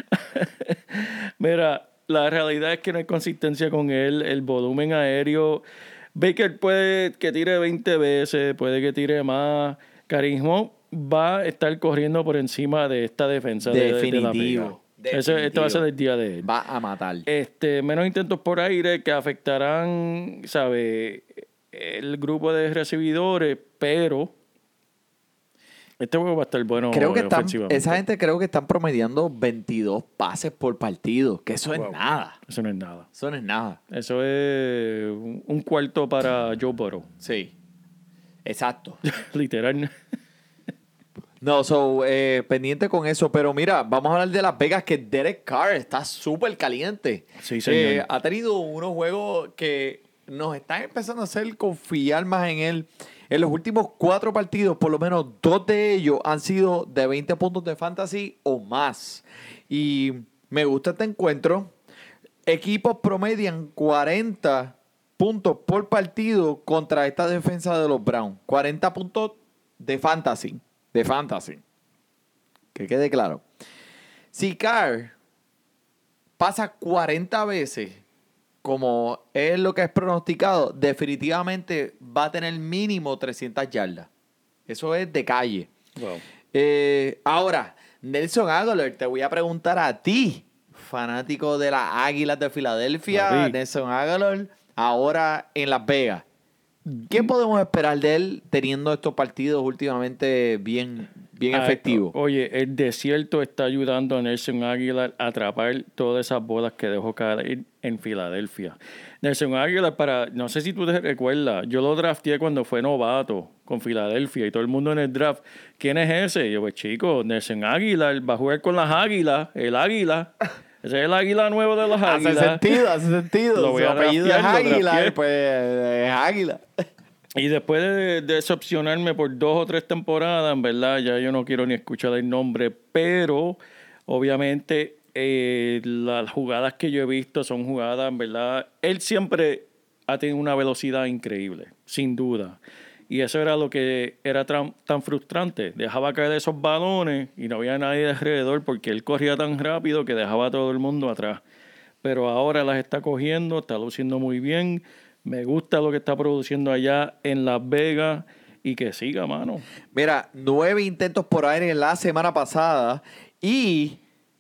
Mira, la realidad es que no hay consistencia con él. El volumen aéreo... Baker puede que tire 20 veces, puede que tire más. Karim va a estar corriendo por encima de esta defensa. Definitivo. Este va a ser el día de él. Va a matar. Menos intentos por aire que afectarán, ¿sabe? El grupo de recibidores, pero este juego va a estar bueno. Creo que esa gente creo que están promediando 22 pases por partido, que eso es nada. Eso no es nada. Eso no es nada. Eso es un cuarto para Joe Burrow. Sí. Exacto. Literal. No, pendiente con eso. Pero mira, vamos a hablar de Las Vegas, que Derek Carr está súper caliente. Sí, señor. Ha tenido unos juegos que nos están empezando a hacer confiar más en él. En los últimos 4 partidos, por lo menos 2 de ellos han sido de 20 puntos de fantasy o más. Y me gusta este encuentro. Equipos promedian 40 puntos por partido contra esta defensa de los Browns. 40 puntos de fantasy. De fantasy. Que quede claro. Si Carr pasa 40 veces, como es lo que es pronosticado, definitivamente va a tener mínimo 300 yardas. Eso es de calle. Wow. Ahora, Nelson Agholor, te voy a preguntar a ti, fanático de las Águilas de Filadelfia, David. Nelson Agholor, ahora en Las Vegas. ¿Qué podemos esperar de él teniendo estos partidos últimamente bien bien efectivo. Oye, el desierto está ayudando a Nelson Aguilar a atrapar todas esas bolas que dejó caer en Filadelfia. Nelson Aguilar, no sé si tú te recuerdas, yo lo drafteé cuando fue novato con Filadelfia y todo el mundo en el draft. ¿Quién es ese? Yo, pues chico, Nelson Aguilar va a jugar con las Águilas, el Águila. Ese es el Águila nuevo de las Águilas. Hace sentido. Lo voy a Su apellido es draftear, lo Águila, drafteé. pues es Águila. Y después de decepcionarme por 2 o 3 temporadas, en verdad, ya yo no quiero ni escuchar el nombre, pero obviamente las jugadas que yo he visto son jugadas, en verdad, él siempre ha tenido una velocidad increíble, sin duda. Y eso era lo que era tan frustrante. Dejaba caer esos balones y no había nadie alrededor porque él corría tan rápido que dejaba a todo el mundo atrás. Pero ahora las está cogiendo, está luciendo muy bien. Me gusta lo que está produciendo allá en Las Vegas y que siga, mano. Mira, 9 intentos por aire la semana pasada y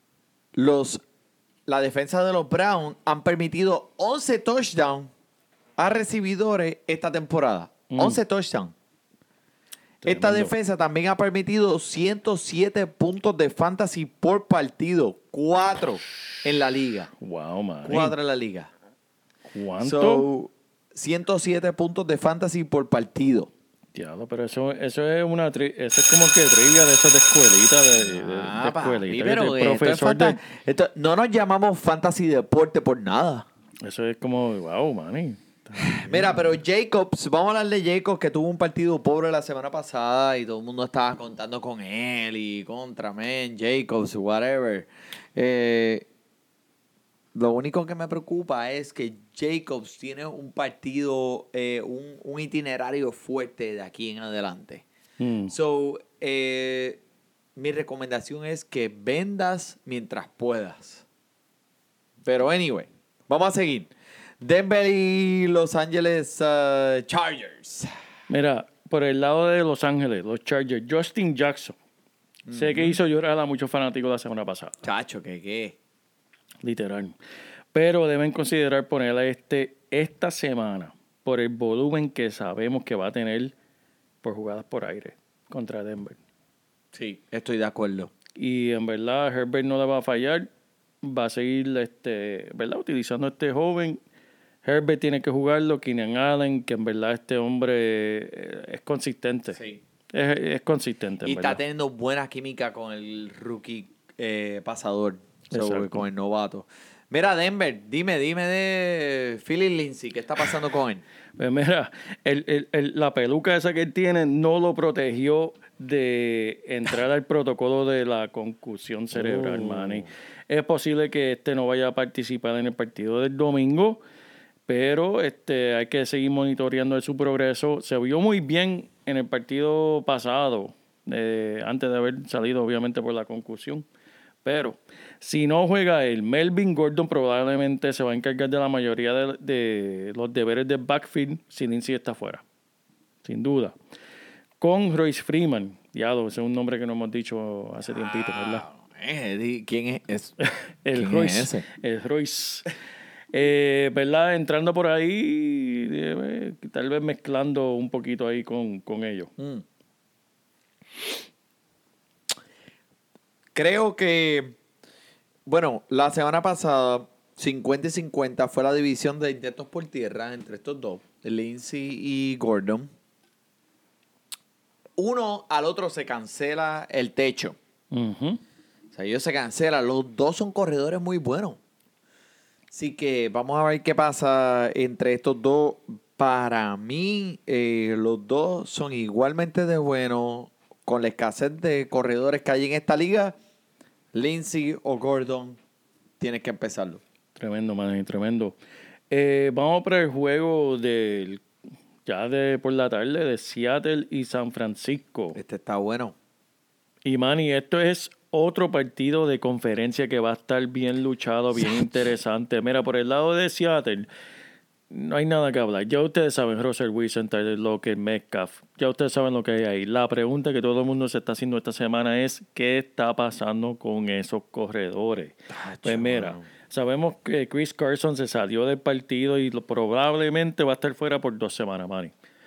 la defensa de los Browns han permitido 11 touchdowns a recibidores esta temporada. 11 touchdowns. Esta Tremendo. defensa también ha permitido 107 puntos de fantasy por partido. 4 en la liga. Wow, man. 4 en la liga. ¿Cuánto? So, 107 puntos de fantasy por partido. Diablo, pero eso es eso es como que trivia de esas de escuelita, de escuelita. Pero El profesor no nos llamamos fantasy deporte por nada. eso es como, wow, man. Mira, pero Jacobs, vamos a hablar de Jacobs, que tuvo un partido pobre la semana pasada y todo el mundo estaba contando con él y contra, Jacobs, whatever. Lo único que me preocupa es que Jacobs tiene un partido, un itinerario fuerte de aquí en adelante. So, mi recomendación es que vendas mientras puedas. Pero anyway, vamos a seguir. Denver y Los Ángeles Chargers. Mira, por el lado de Los Ángeles, los Chargers, Justin Jackson. Sé que hizo llorar a muchos fanáticos la semana pasada. Chacho, ¿qué? Literal. Pero deben considerar ponerle esta semana por el volumen que sabemos que va a tener por jugadas por aire contra Denver. Sí, estoy de acuerdo. Y en verdad Herbert no le va a fallar. Va a seguir ¿verdad? Utilizando a este joven. Herbert tiene que jugarlo. Keenan Allen, que en verdad este hombre es consistente. Sí. Es consistente, en Y verdad. está teniendo buena química con el rookie pasador, Exacto. con el novato. Mira, Denver, dime de Philip Lindsay, ¿qué está pasando con él? Pues mira, la peluca esa que él tiene no lo protegió de entrar al protocolo de la concusión cerebral, Manny. Es posible que no vaya a participar en el partido del domingo, pero hay que seguir monitoreando su progreso. Se vio muy bien en el partido pasado, antes de haber salido obviamente por la concusión. Pero si no juega él, Melvin Gordon probablemente se va a encargar de la mayoría de los deberes de backfield si Lindsay está fuera. Sin duda. Con Royce Freeman. Ese es un nombre que no hemos dicho hace tiempito, ¿verdad? ¿Quién es? El ¿Quién Royce. es ese? El Royce. ¿Verdad? Entrando por ahí, tal vez mezclando un poquito ahí con ellos. Creo que, bueno, la semana pasada 50 y 50 fue la división de intentos por tierra entre estos dos, Lindsay y Gordon. Uno al otro se cancela el techo. Uh-huh. O sea, ellos se cancelan. Los dos son corredores muy buenos. Así que vamos a ver qué pasa entre estos dos. Para mí, los dos son igualmente de buenos. Con la escasez de corredores que hay en esta liga, Lindsay o Gordon, tienes que empezarlo. Tremendo, man, tremendo. Vamos para el juego por la tarde de Seattle y San Francisco. Este está bueno. Y, Manny, esto es otro partido de conferencia que va a estar bien luchado, bien interesante. Mira, por el lado de Seattle, no hay nada que hablar. Ya ustedes saben, Russell Wilson, Tyler Lockett, Metcalf. Ya ustedes saben lo que hay ahí. La pregunta que todo el mundo se está haciendo esta semana es ¿qué está pasando con esos corredores? Pues mira, sabemos que Chris Carson se salió del partido y probablemente va a estar fuera por 2 semanas, Manny.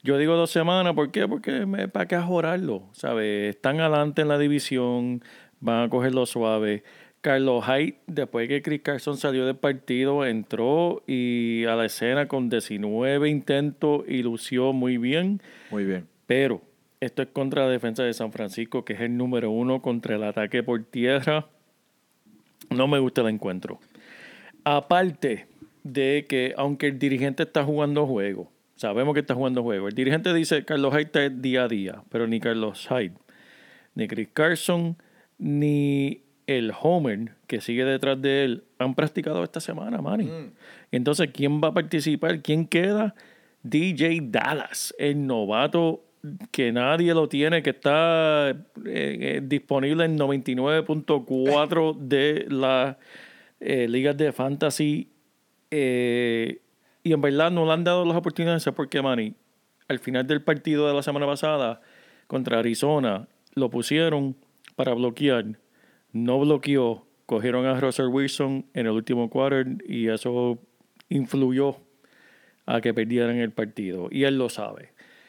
Yo digo 2 semanas, ¿por qué? Porque para qué ajorarlo, ¿sabes? Están adelante en la división, van a cogerlo suave. Carlos Hyde, después que Chris Carson salió del partido, entró y a la escena con 19 intentos y lució muy bien. Muy bien. Pero esto es contra la defensa de San Francisco, que es el número 1 contra el ataque por tierra. No me gusta el encuentro. Aparte de que, aunque el dirigente está jugando juego, sabemos que está jugando juego, el dirigente dice Carlos Hyde está día a día, pero ni Carlos Hyde, ni Chris Carson, ni el Homer que sigue detrás de él han practicado esta semana, Manny. Entonces, ¿quién va a participar? ¿Quién queda? DJ Dallas, el novato que nadie lo tiene, que está disponible en 99.4 de las ligas de fantasy. Y en verdad no le han dado las oportunidades porque, Manny, al final del partido de la semana pasada contra Arizona, lo pusieron para bloquear. No bloqueó. Cogieron a Russell Wilson en el último quarter y eso influyó a que perdieran el partido. Y él lo sabe.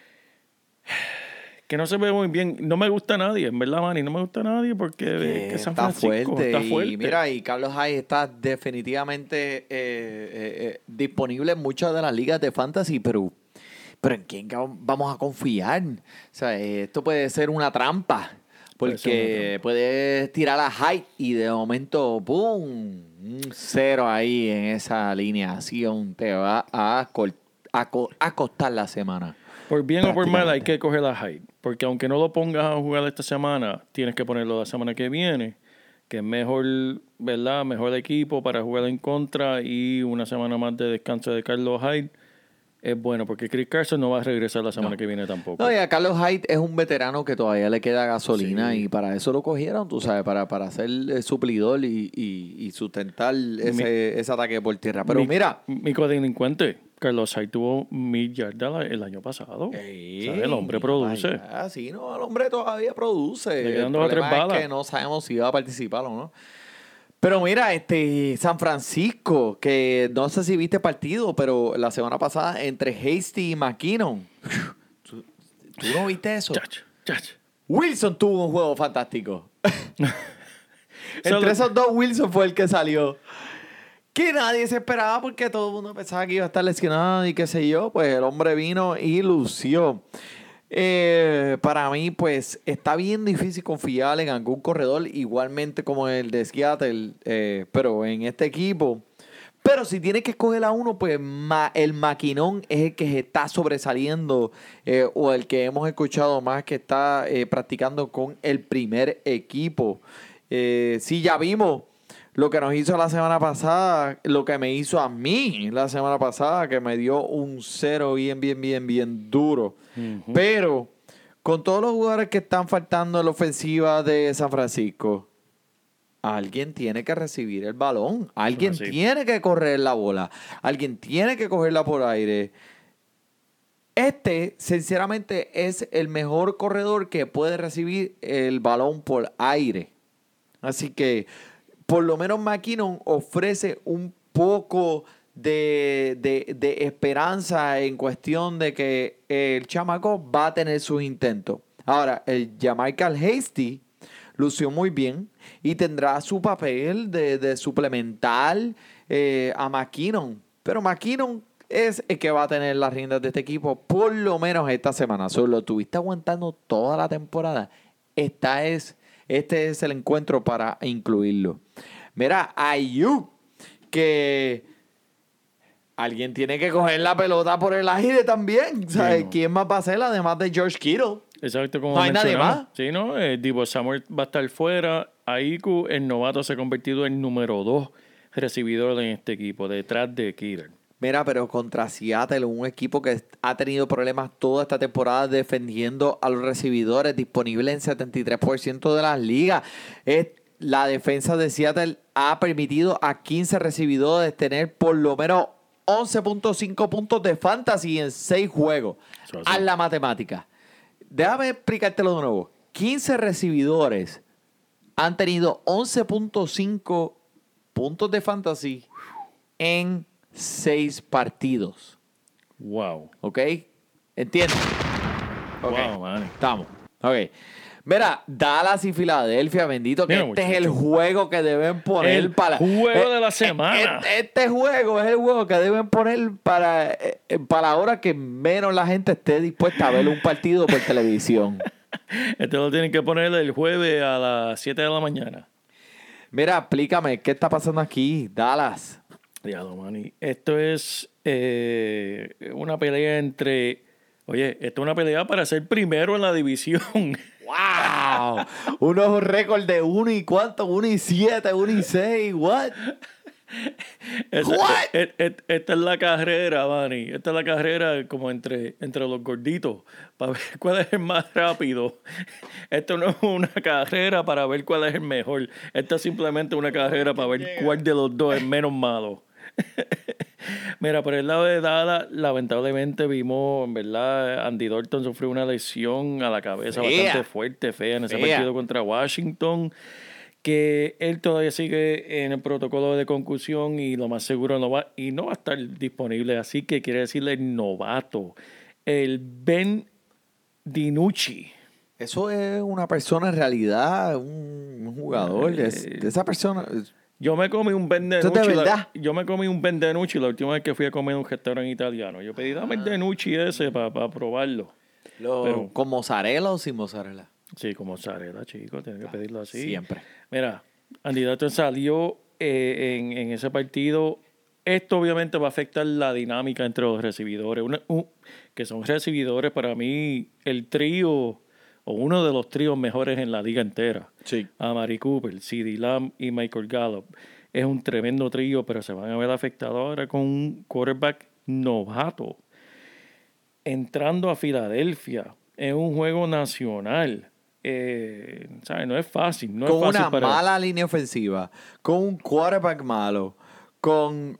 Que no se ve muy bien. No me gusta a nadie, en verdad, Manny. No me gusta a nadie porque que San Francisco está fuerte. Y mira, y Carlos Hyde está definitivamente disponible en muchas de las ligas de fantasy, pero ¿en quién vamos a confiar? O sea, esto puede ser una trampa. Porque puedes tirar a Hyde y de momento, ¡pum! Un 0 ahí en esa alineación. Te va a costar la semana. Por bien o por mal hay que coger a Hyde. Porque aunque no lo pongas a jugar esta semana, tienes que ponerlo la semana que viene. Que es mejor, ¿verdad? Mejor equipo para jugar en contra y una semana más de descanso de Carlos Hyde. Es bueno, porque Chris Carson no va a regresar la semana que viene tampoco. No, y a Carlos Hyde es un veterano que todavía le queda gasolina y para eso lo cogieron, tú sabes, para ser suplidor y sustentar ese ataque por tierra. Pero mira... Mi codelincuente, Carlos Hyde tuvo 1,000 yardas el año pasado. ¿Sabes? El hombre produce. Sí, no, el hombre todavía produce. Le quedan 2 o 3 balas. Es que no sabemos si va a participar o no. Pero mira, San Francisco, que no sé si viste partido, pero la semana pasada entre Hasty y McKinnon. ¿Tú no viste eso? Chach. Wilson tuvo un juego fantástico. Entre esos dos, Wilson fue el que salió. Que nadie se esperaba porque todo el mundo pensaba que iba a estar lesionado y qué sé yo. Pues el hombre vino y lució. Para mí, pues, está bien difícil confiar en algún corredor, igualmente como el de Seattle, pero en este equipo. Pero si tienes que escoger a uno, pues el McKinnon es el que está sobresaliendo o el que hemos escuchado más que está practicando con el primer equipo. Sí, ya vimos lo que nos hizo la semana pasada, lo que me hizo a mí la semana pasada, que me dio un 0 bien duro. Uh-huh. Pero con todos los jugadores que están faltando en la ofensiva de San Francisco, alguien tiene que recibir el balón. Alguien tiene que correr la bola. Alguien tiene que cogerla por aire. Sinceramente, es el mejor corredor que puede recibir el balón por aire. Así que por lo menos McKinnon ofrece un poco de esperanza en cuestión de que el chamaco va a tener sus intentos. Ahora, el Jermichael Hasty lució muy bien y tendrá su papel de suplementar a McKinnon. Pero McKinnon es el que va a tener las riendas de este equipo por lo menos esta semana. Solo estuviste aguantando toda la temporada. Este es el encuentro para incluirlo. Mira, Ayuk, que alguien tiene que coger la pelota por el aire también. ¿Sabes? ¿Quién más va a ser además de George Kittle? Exacto, como no hay nadie más. Sí, ¿no? Deebo Samuel va a estar fuera. Ayuk, el novato, se ha convertido en número 2 recibidor en este equipo, detrás de Kittle. Mira, pero contra Seattle, un equipo que ha tenido problemas toda esta temporada defendiendo a los recibidores, disponible en 73% de las ligas. La defensa de Seattle ha permitido a 15 recibidores tener por lo menos 11.5 puntos de fantasy en 6 juegos. Haz la matemática. Déjame explicártelo de nuevo. 15 recibidores han tenido 11.5 puntos de fantasy en 6 partidos. Wow. ¿Ok? ¿Entiendes? Okay. Wow, man. Estamos. Ok. Mira, Dallas y Filadelfia, bendito, que Mira, este muchacho. es el juego que deben poner El para... juego de la semana. Este juego es el juego que deben poner para la hora que menos la gente esté dispuesta a ver un partido por televisión. Este lo tienen que poner el jueves a las 7 de la mañana. Mira, explícame, ¿qué está pasando aquí, Dallas? Diablo, Manny. Esto es una pelea entre... Oye, esto es una pelea para ser primero en la división. ¡Wow! Unos récords de 1 y cuánto, 1 y 7, 1 y 6, ¿what? Esta es la carrera, Manny. Esta es la carrera como entre los gorditos, para ver cuál es el más rápido. Esto no es una carrera para ver cuál es el mejor. Esto es simplemente una carrera para ver cuál de los dos es menos malo. Mira, por el lado de Dallas, lamentablemente vimos, en verdad, Andy Dalton sufrió una lesión a la cabeza bastante fuerte, fea, en ese partido contra Washington, que él todavía sigue en el protocolo de concusión y lo más seguro no va a estar disponible. Así que quiere decirle el novato, el Ben DiNucci. Eso es una persona en realidad, un jugador. De esa persona... Yo me comí un Ben ¿Esto DiNucci. es de verdad? Yo me comí un Ben DiNucci la última vez que fui a comer en un restaurante italiano. Yo pedí, dame el DiNucci ese para probarlo. ¿Con mozzarella o sin mozzarella? Sí, con mozzarella, chico. Tienes que pedirlo así. Siempre. Mira, Andy Dalton salió en ese partido. Esto obviamente va a afectar la dinámica entre los recibidores. Que son recibidores para mí el trío o uno de los tríos mejores en la liga entera. Sí. Amari Cooper, CeeDee Lamb y Michael Gallup. Es un tremendo trío, pero se van a ver afectados ahora con un quarterback novato. Entrando a Filadelfia en un juego nacional. ¿Sabes? No es fácil. No Con es fácil una para... mala línea ofensiva, con un quarterback malo, con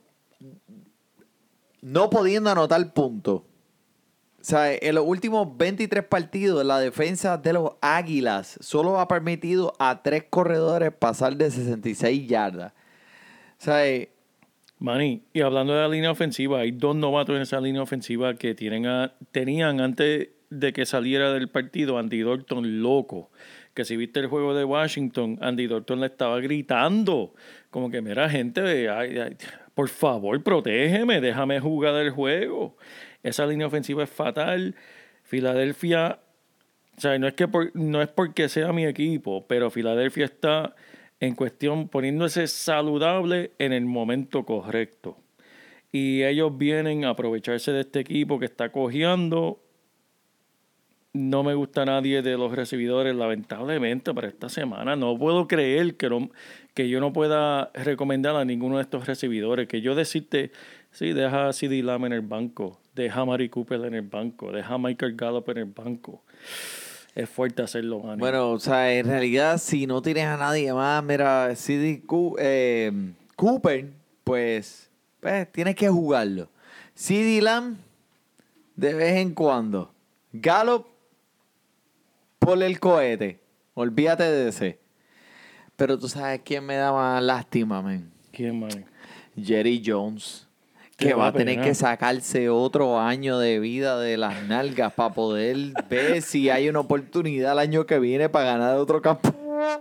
no pudiendo anotar puntos. O sea, en los últimos 23 partidos, la defensa de los Águilas solo ha permitido a 3 corredores pasar de 66 yardas. O sea, Manny, y hablando de la línea ofensiva, hay 2 novatos en esa línea ofensiva que tenían antes de que saliera del partido Andy Dalton loco. Que si viste el juego de Washington, Andy Dalton le estaba gritando. Como que, mira, gente, por favor, protégeme, déjame jugar el juego. Esa línea ofensiva es fatal. Filadelfia, o sea, no es porque sea mi equipo, pero Filadelfia está en cuestión poniéndose saludable en el momento correcto. Y ellos vienen a aprovecharse de este equipo que está cojeando. No me gusta nadie de los recibidores, lamentablemente, para esta semana. No puedo creer que yo no pueda recomendar a ninguno de estos recibidores. Que yo decirte, sí, deja a CeeDee Lamb en el banco, deja a Amari Cooper en el banco, deja a Michael Gallup en el banco. Es fuerte hacerlo, man. bueno, o sea, en realidad, si no tienes a nadie más, mira, CeeDee Cooper, pues tienes que jugarlo. CeeDee Lamb, de vez en cuando. Gallup, por el cohete. Olvídate de ese. Pero tú sabes quién me da más lástima, man. ¿Quién, man? Jerry Jones. Que va a tener que sacarse otro año de vida de las nalgas para poder ver si hay una oportunidad el año que viene para ganar otro campo.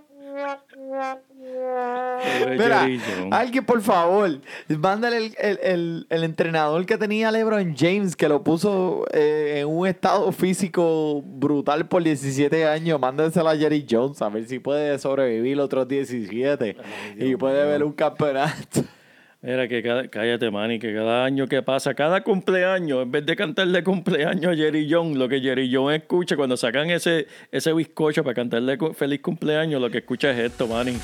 Mira, alguien por favor, mándale el entrenador que tenía LeBron James, que lo puso en un estado físico brutal por 17 años. Mándenselo a Jerry Jones a ver si puede sobrevivir otros 17 y puede ver un campeonato. Mira, cállate, Manny, que cada año que pasa, cada cumpleaños, en vez de cantarle cumpleaños a Jerry Jones, lo que Jerry Jones escucha cuando sacan ese bizcocho para cantarle feliz cumpleaños, lo que escucha es esto, Manny.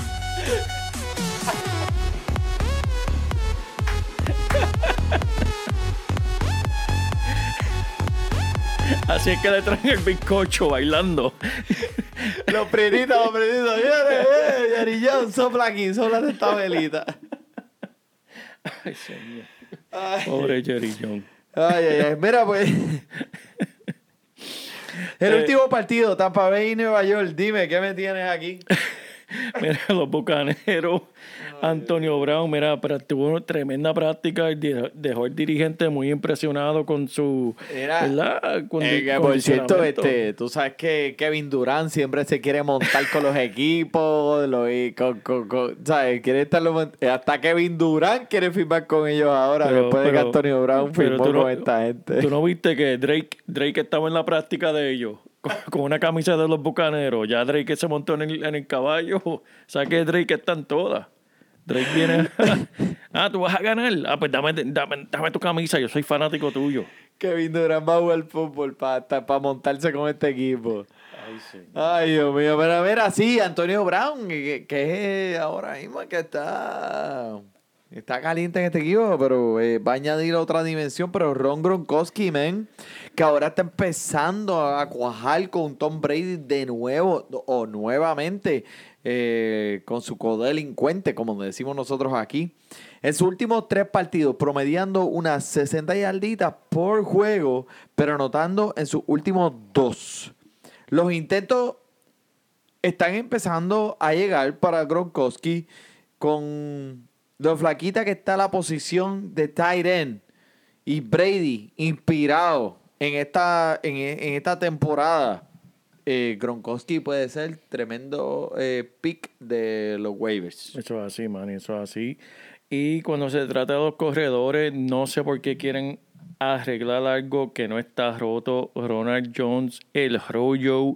Así es que le traen el bizcocho bailando. Los pretitos. Jerry Jones, sopla aquí, sopla de esta velita. Ay, señor. Pobre Jerry Jones. Ay. Mira, pues. El último partido, Tampa Bay y Nueva York. Dime, ¿qué me tienes aquí? Mira, los Bucaneros, Antonio Brown, mira, tuvo tremenda práctica, dejó el dirigente muy impresionado con su, ¿verdad? Por cierto, tú sabes que Kevin Durant siempre se quiere montar con los equipos, ¿sabes? Quiere hasta Kevin Durant quiere firmar con ellos ahora, después de que Antonio Brown firmó con esta gente. ¿Tú no viste que Drake estaba en la práctica de ellos? Con una camisa de los Bucaneros. Ya Drake se montó en el caballo. O sea que Drake está en todas. Drake viene. Tú vas a ganar. Pues dame tu camisa. Yo soy fanático tuyo. Kevin Durant va a jugar fútbol para montarse con este equipo. Ay, sí. Ay, Dios mío. Pero mira, sí, Antonio Brown, que es ahora mismo que está caliente en este equipo, pero va a añadir otra dimensión. Pero Ron Gronkowski, que ahora está empezando a cuajar con Tom Brady de nuevo o nuevamente con su codelincuente, como decimos nosotros aquí. En sus últimos 3 partidos, promediando unas 60 yarditas por juego, pero anotando en sus últimos 2. Los intentos están empezando a llegar para Gronkowski con lo flaquita que está la posición de tight end. Y Brady, inspirado en esta temporada, Gronkowski puede ser tremendo pick de los waivers. Eso es así, man, eso es así. Y cuando se trata de los corredores, no sé por qué quieren arreglar algo que no está roto. Ronald Jones, el rollo,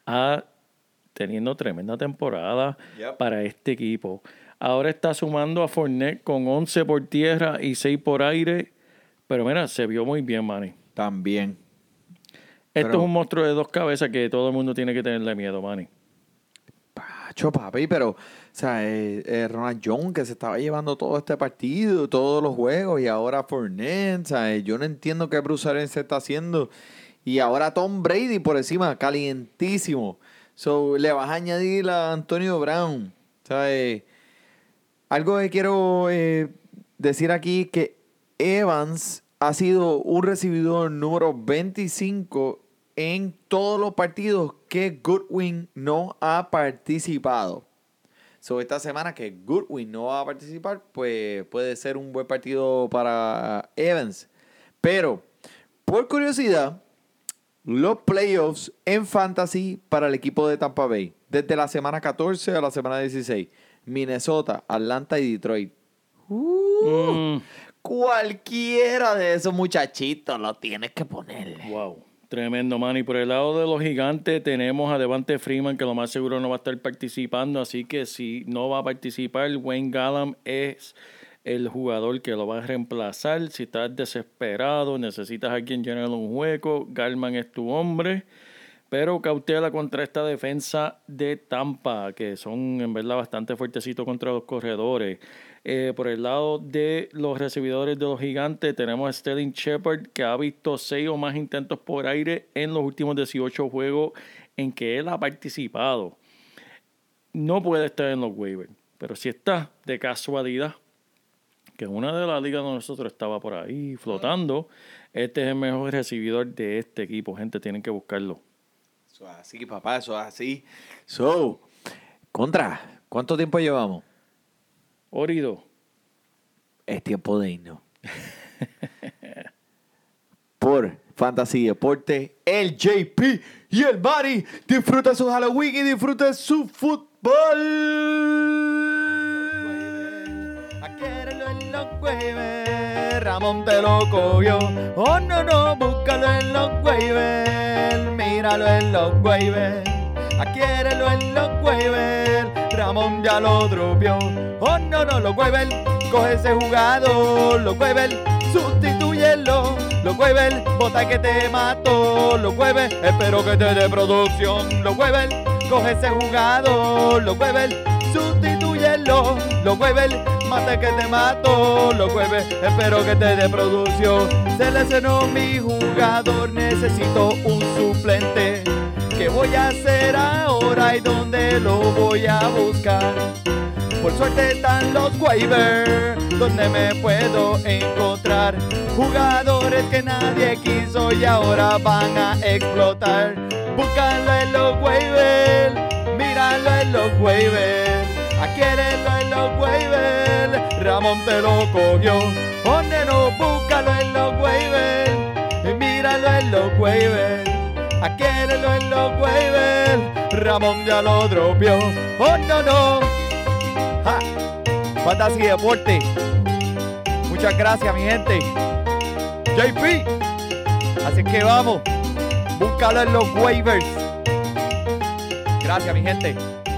teniendo tremenda temporada para este equipo. Ahora está sumando a Fournette con 11 por tierra y 6 por aire. Pero mira, se vio muy bien, Manny. También. Esto es un monstruo de 2 cabezas que todo el mundo tiene que tenerle miedo, Manny. Pacho, papi, pero, o sea, Ronald Jones que se estaba llevando todo este partido, todos los juegos, y ahora Fournette, o sea, yo no entiendo qué Bruce Arians se está haciendo. Y ahora Tom Brady por encima, calientísimo. So, le vas a añadir a Antonio Brown. O sea, algo que quiero decir aquí que Evans ha sido un recibidor número 25 en todos los partidos que Goodwin no ha participado. So, esta semana que Goodwin no va a participar, pues puede ser un buen partido para Evans. Pero, por curiosidad, los playoffs en fantasy para el equipo de Tampa Bay, desde la semana 14 a la semana 16, Minnesota, Atlanta y Detroit. Cualquiera de esos muchachitos lo tienes que poner. Wow, tremendo, man. Y por el lado de los gigantes tenemos a Devante Freeman, que lo más seguro no va a estar participando. Así que si no va a participar, Wayne Gallman es el jugador que lo va a reemplazar. Si estás desesperado, necesitas a quien llenar un hueco, Gallman es tu hombre. Pero cautela contra esta defensa de Tampa, que son en verdad bastante fuertecitos contra los corredores. Por el lado de los recibidores de los gigantes, tenemos a Sterling Shepard, que ha visto 6 o más intentos por aire en los últimos 18 juegos en que él ha participado. No puede estar en los waivers, pero si está de casualidad, que una de las ligas de nosotros estaba por ahí flotando, este es el mejor recibidor de este equipo. Gente, tienen que buscarlo. Eso es así, papá, eso es así. ¿Cuánto tiempo llevamos? Orido. Es tiempo de irnos. Por Fantasy Deporte, el JP y el Manny. Disfruta su Halloween y disfruta su fútbol. Aquérelo en los waivers, Ramón te lo cogió. Oh, no, búscalo en los waivers. Míralo en los waivers. Adquiérelo en los waivers. Ramón ya lo dropeó. Oh, no, los waivers. Coge ese jugador. Los waivers. Sustitúyelo. Los waivers. Bota que te mató. Los waivers. Espero que te dé producción. Los waivers. Coge ese jugador. Los waivers. Sustitúyelo. Los waivers. Mata que te mató. Los waivers. Espero que te dé producción. Seleccionó mi jugador. Necesito un suplente. ¿Qué voy a hacer ahora y dónde lo voy a buscar? Por suerte están los waivers, donde me puedo encontrar jugadores que nadie quiso y ahora van a explotar. Búscalo en los waivers, míralo en los waivers. Adquiérelo en los waivers. Ramón te lo cogió. Oh, neno, búscalo en los waivers. Míralo en los waivers. Adquiérelo en los waivers. Ramón ya lo dropeó. Oh, no. Ja. Fantasy Deporte. Muchas gracias, mi gente. JP. Así que vamos. Búscalo en los waivers. Gracias, mi gente.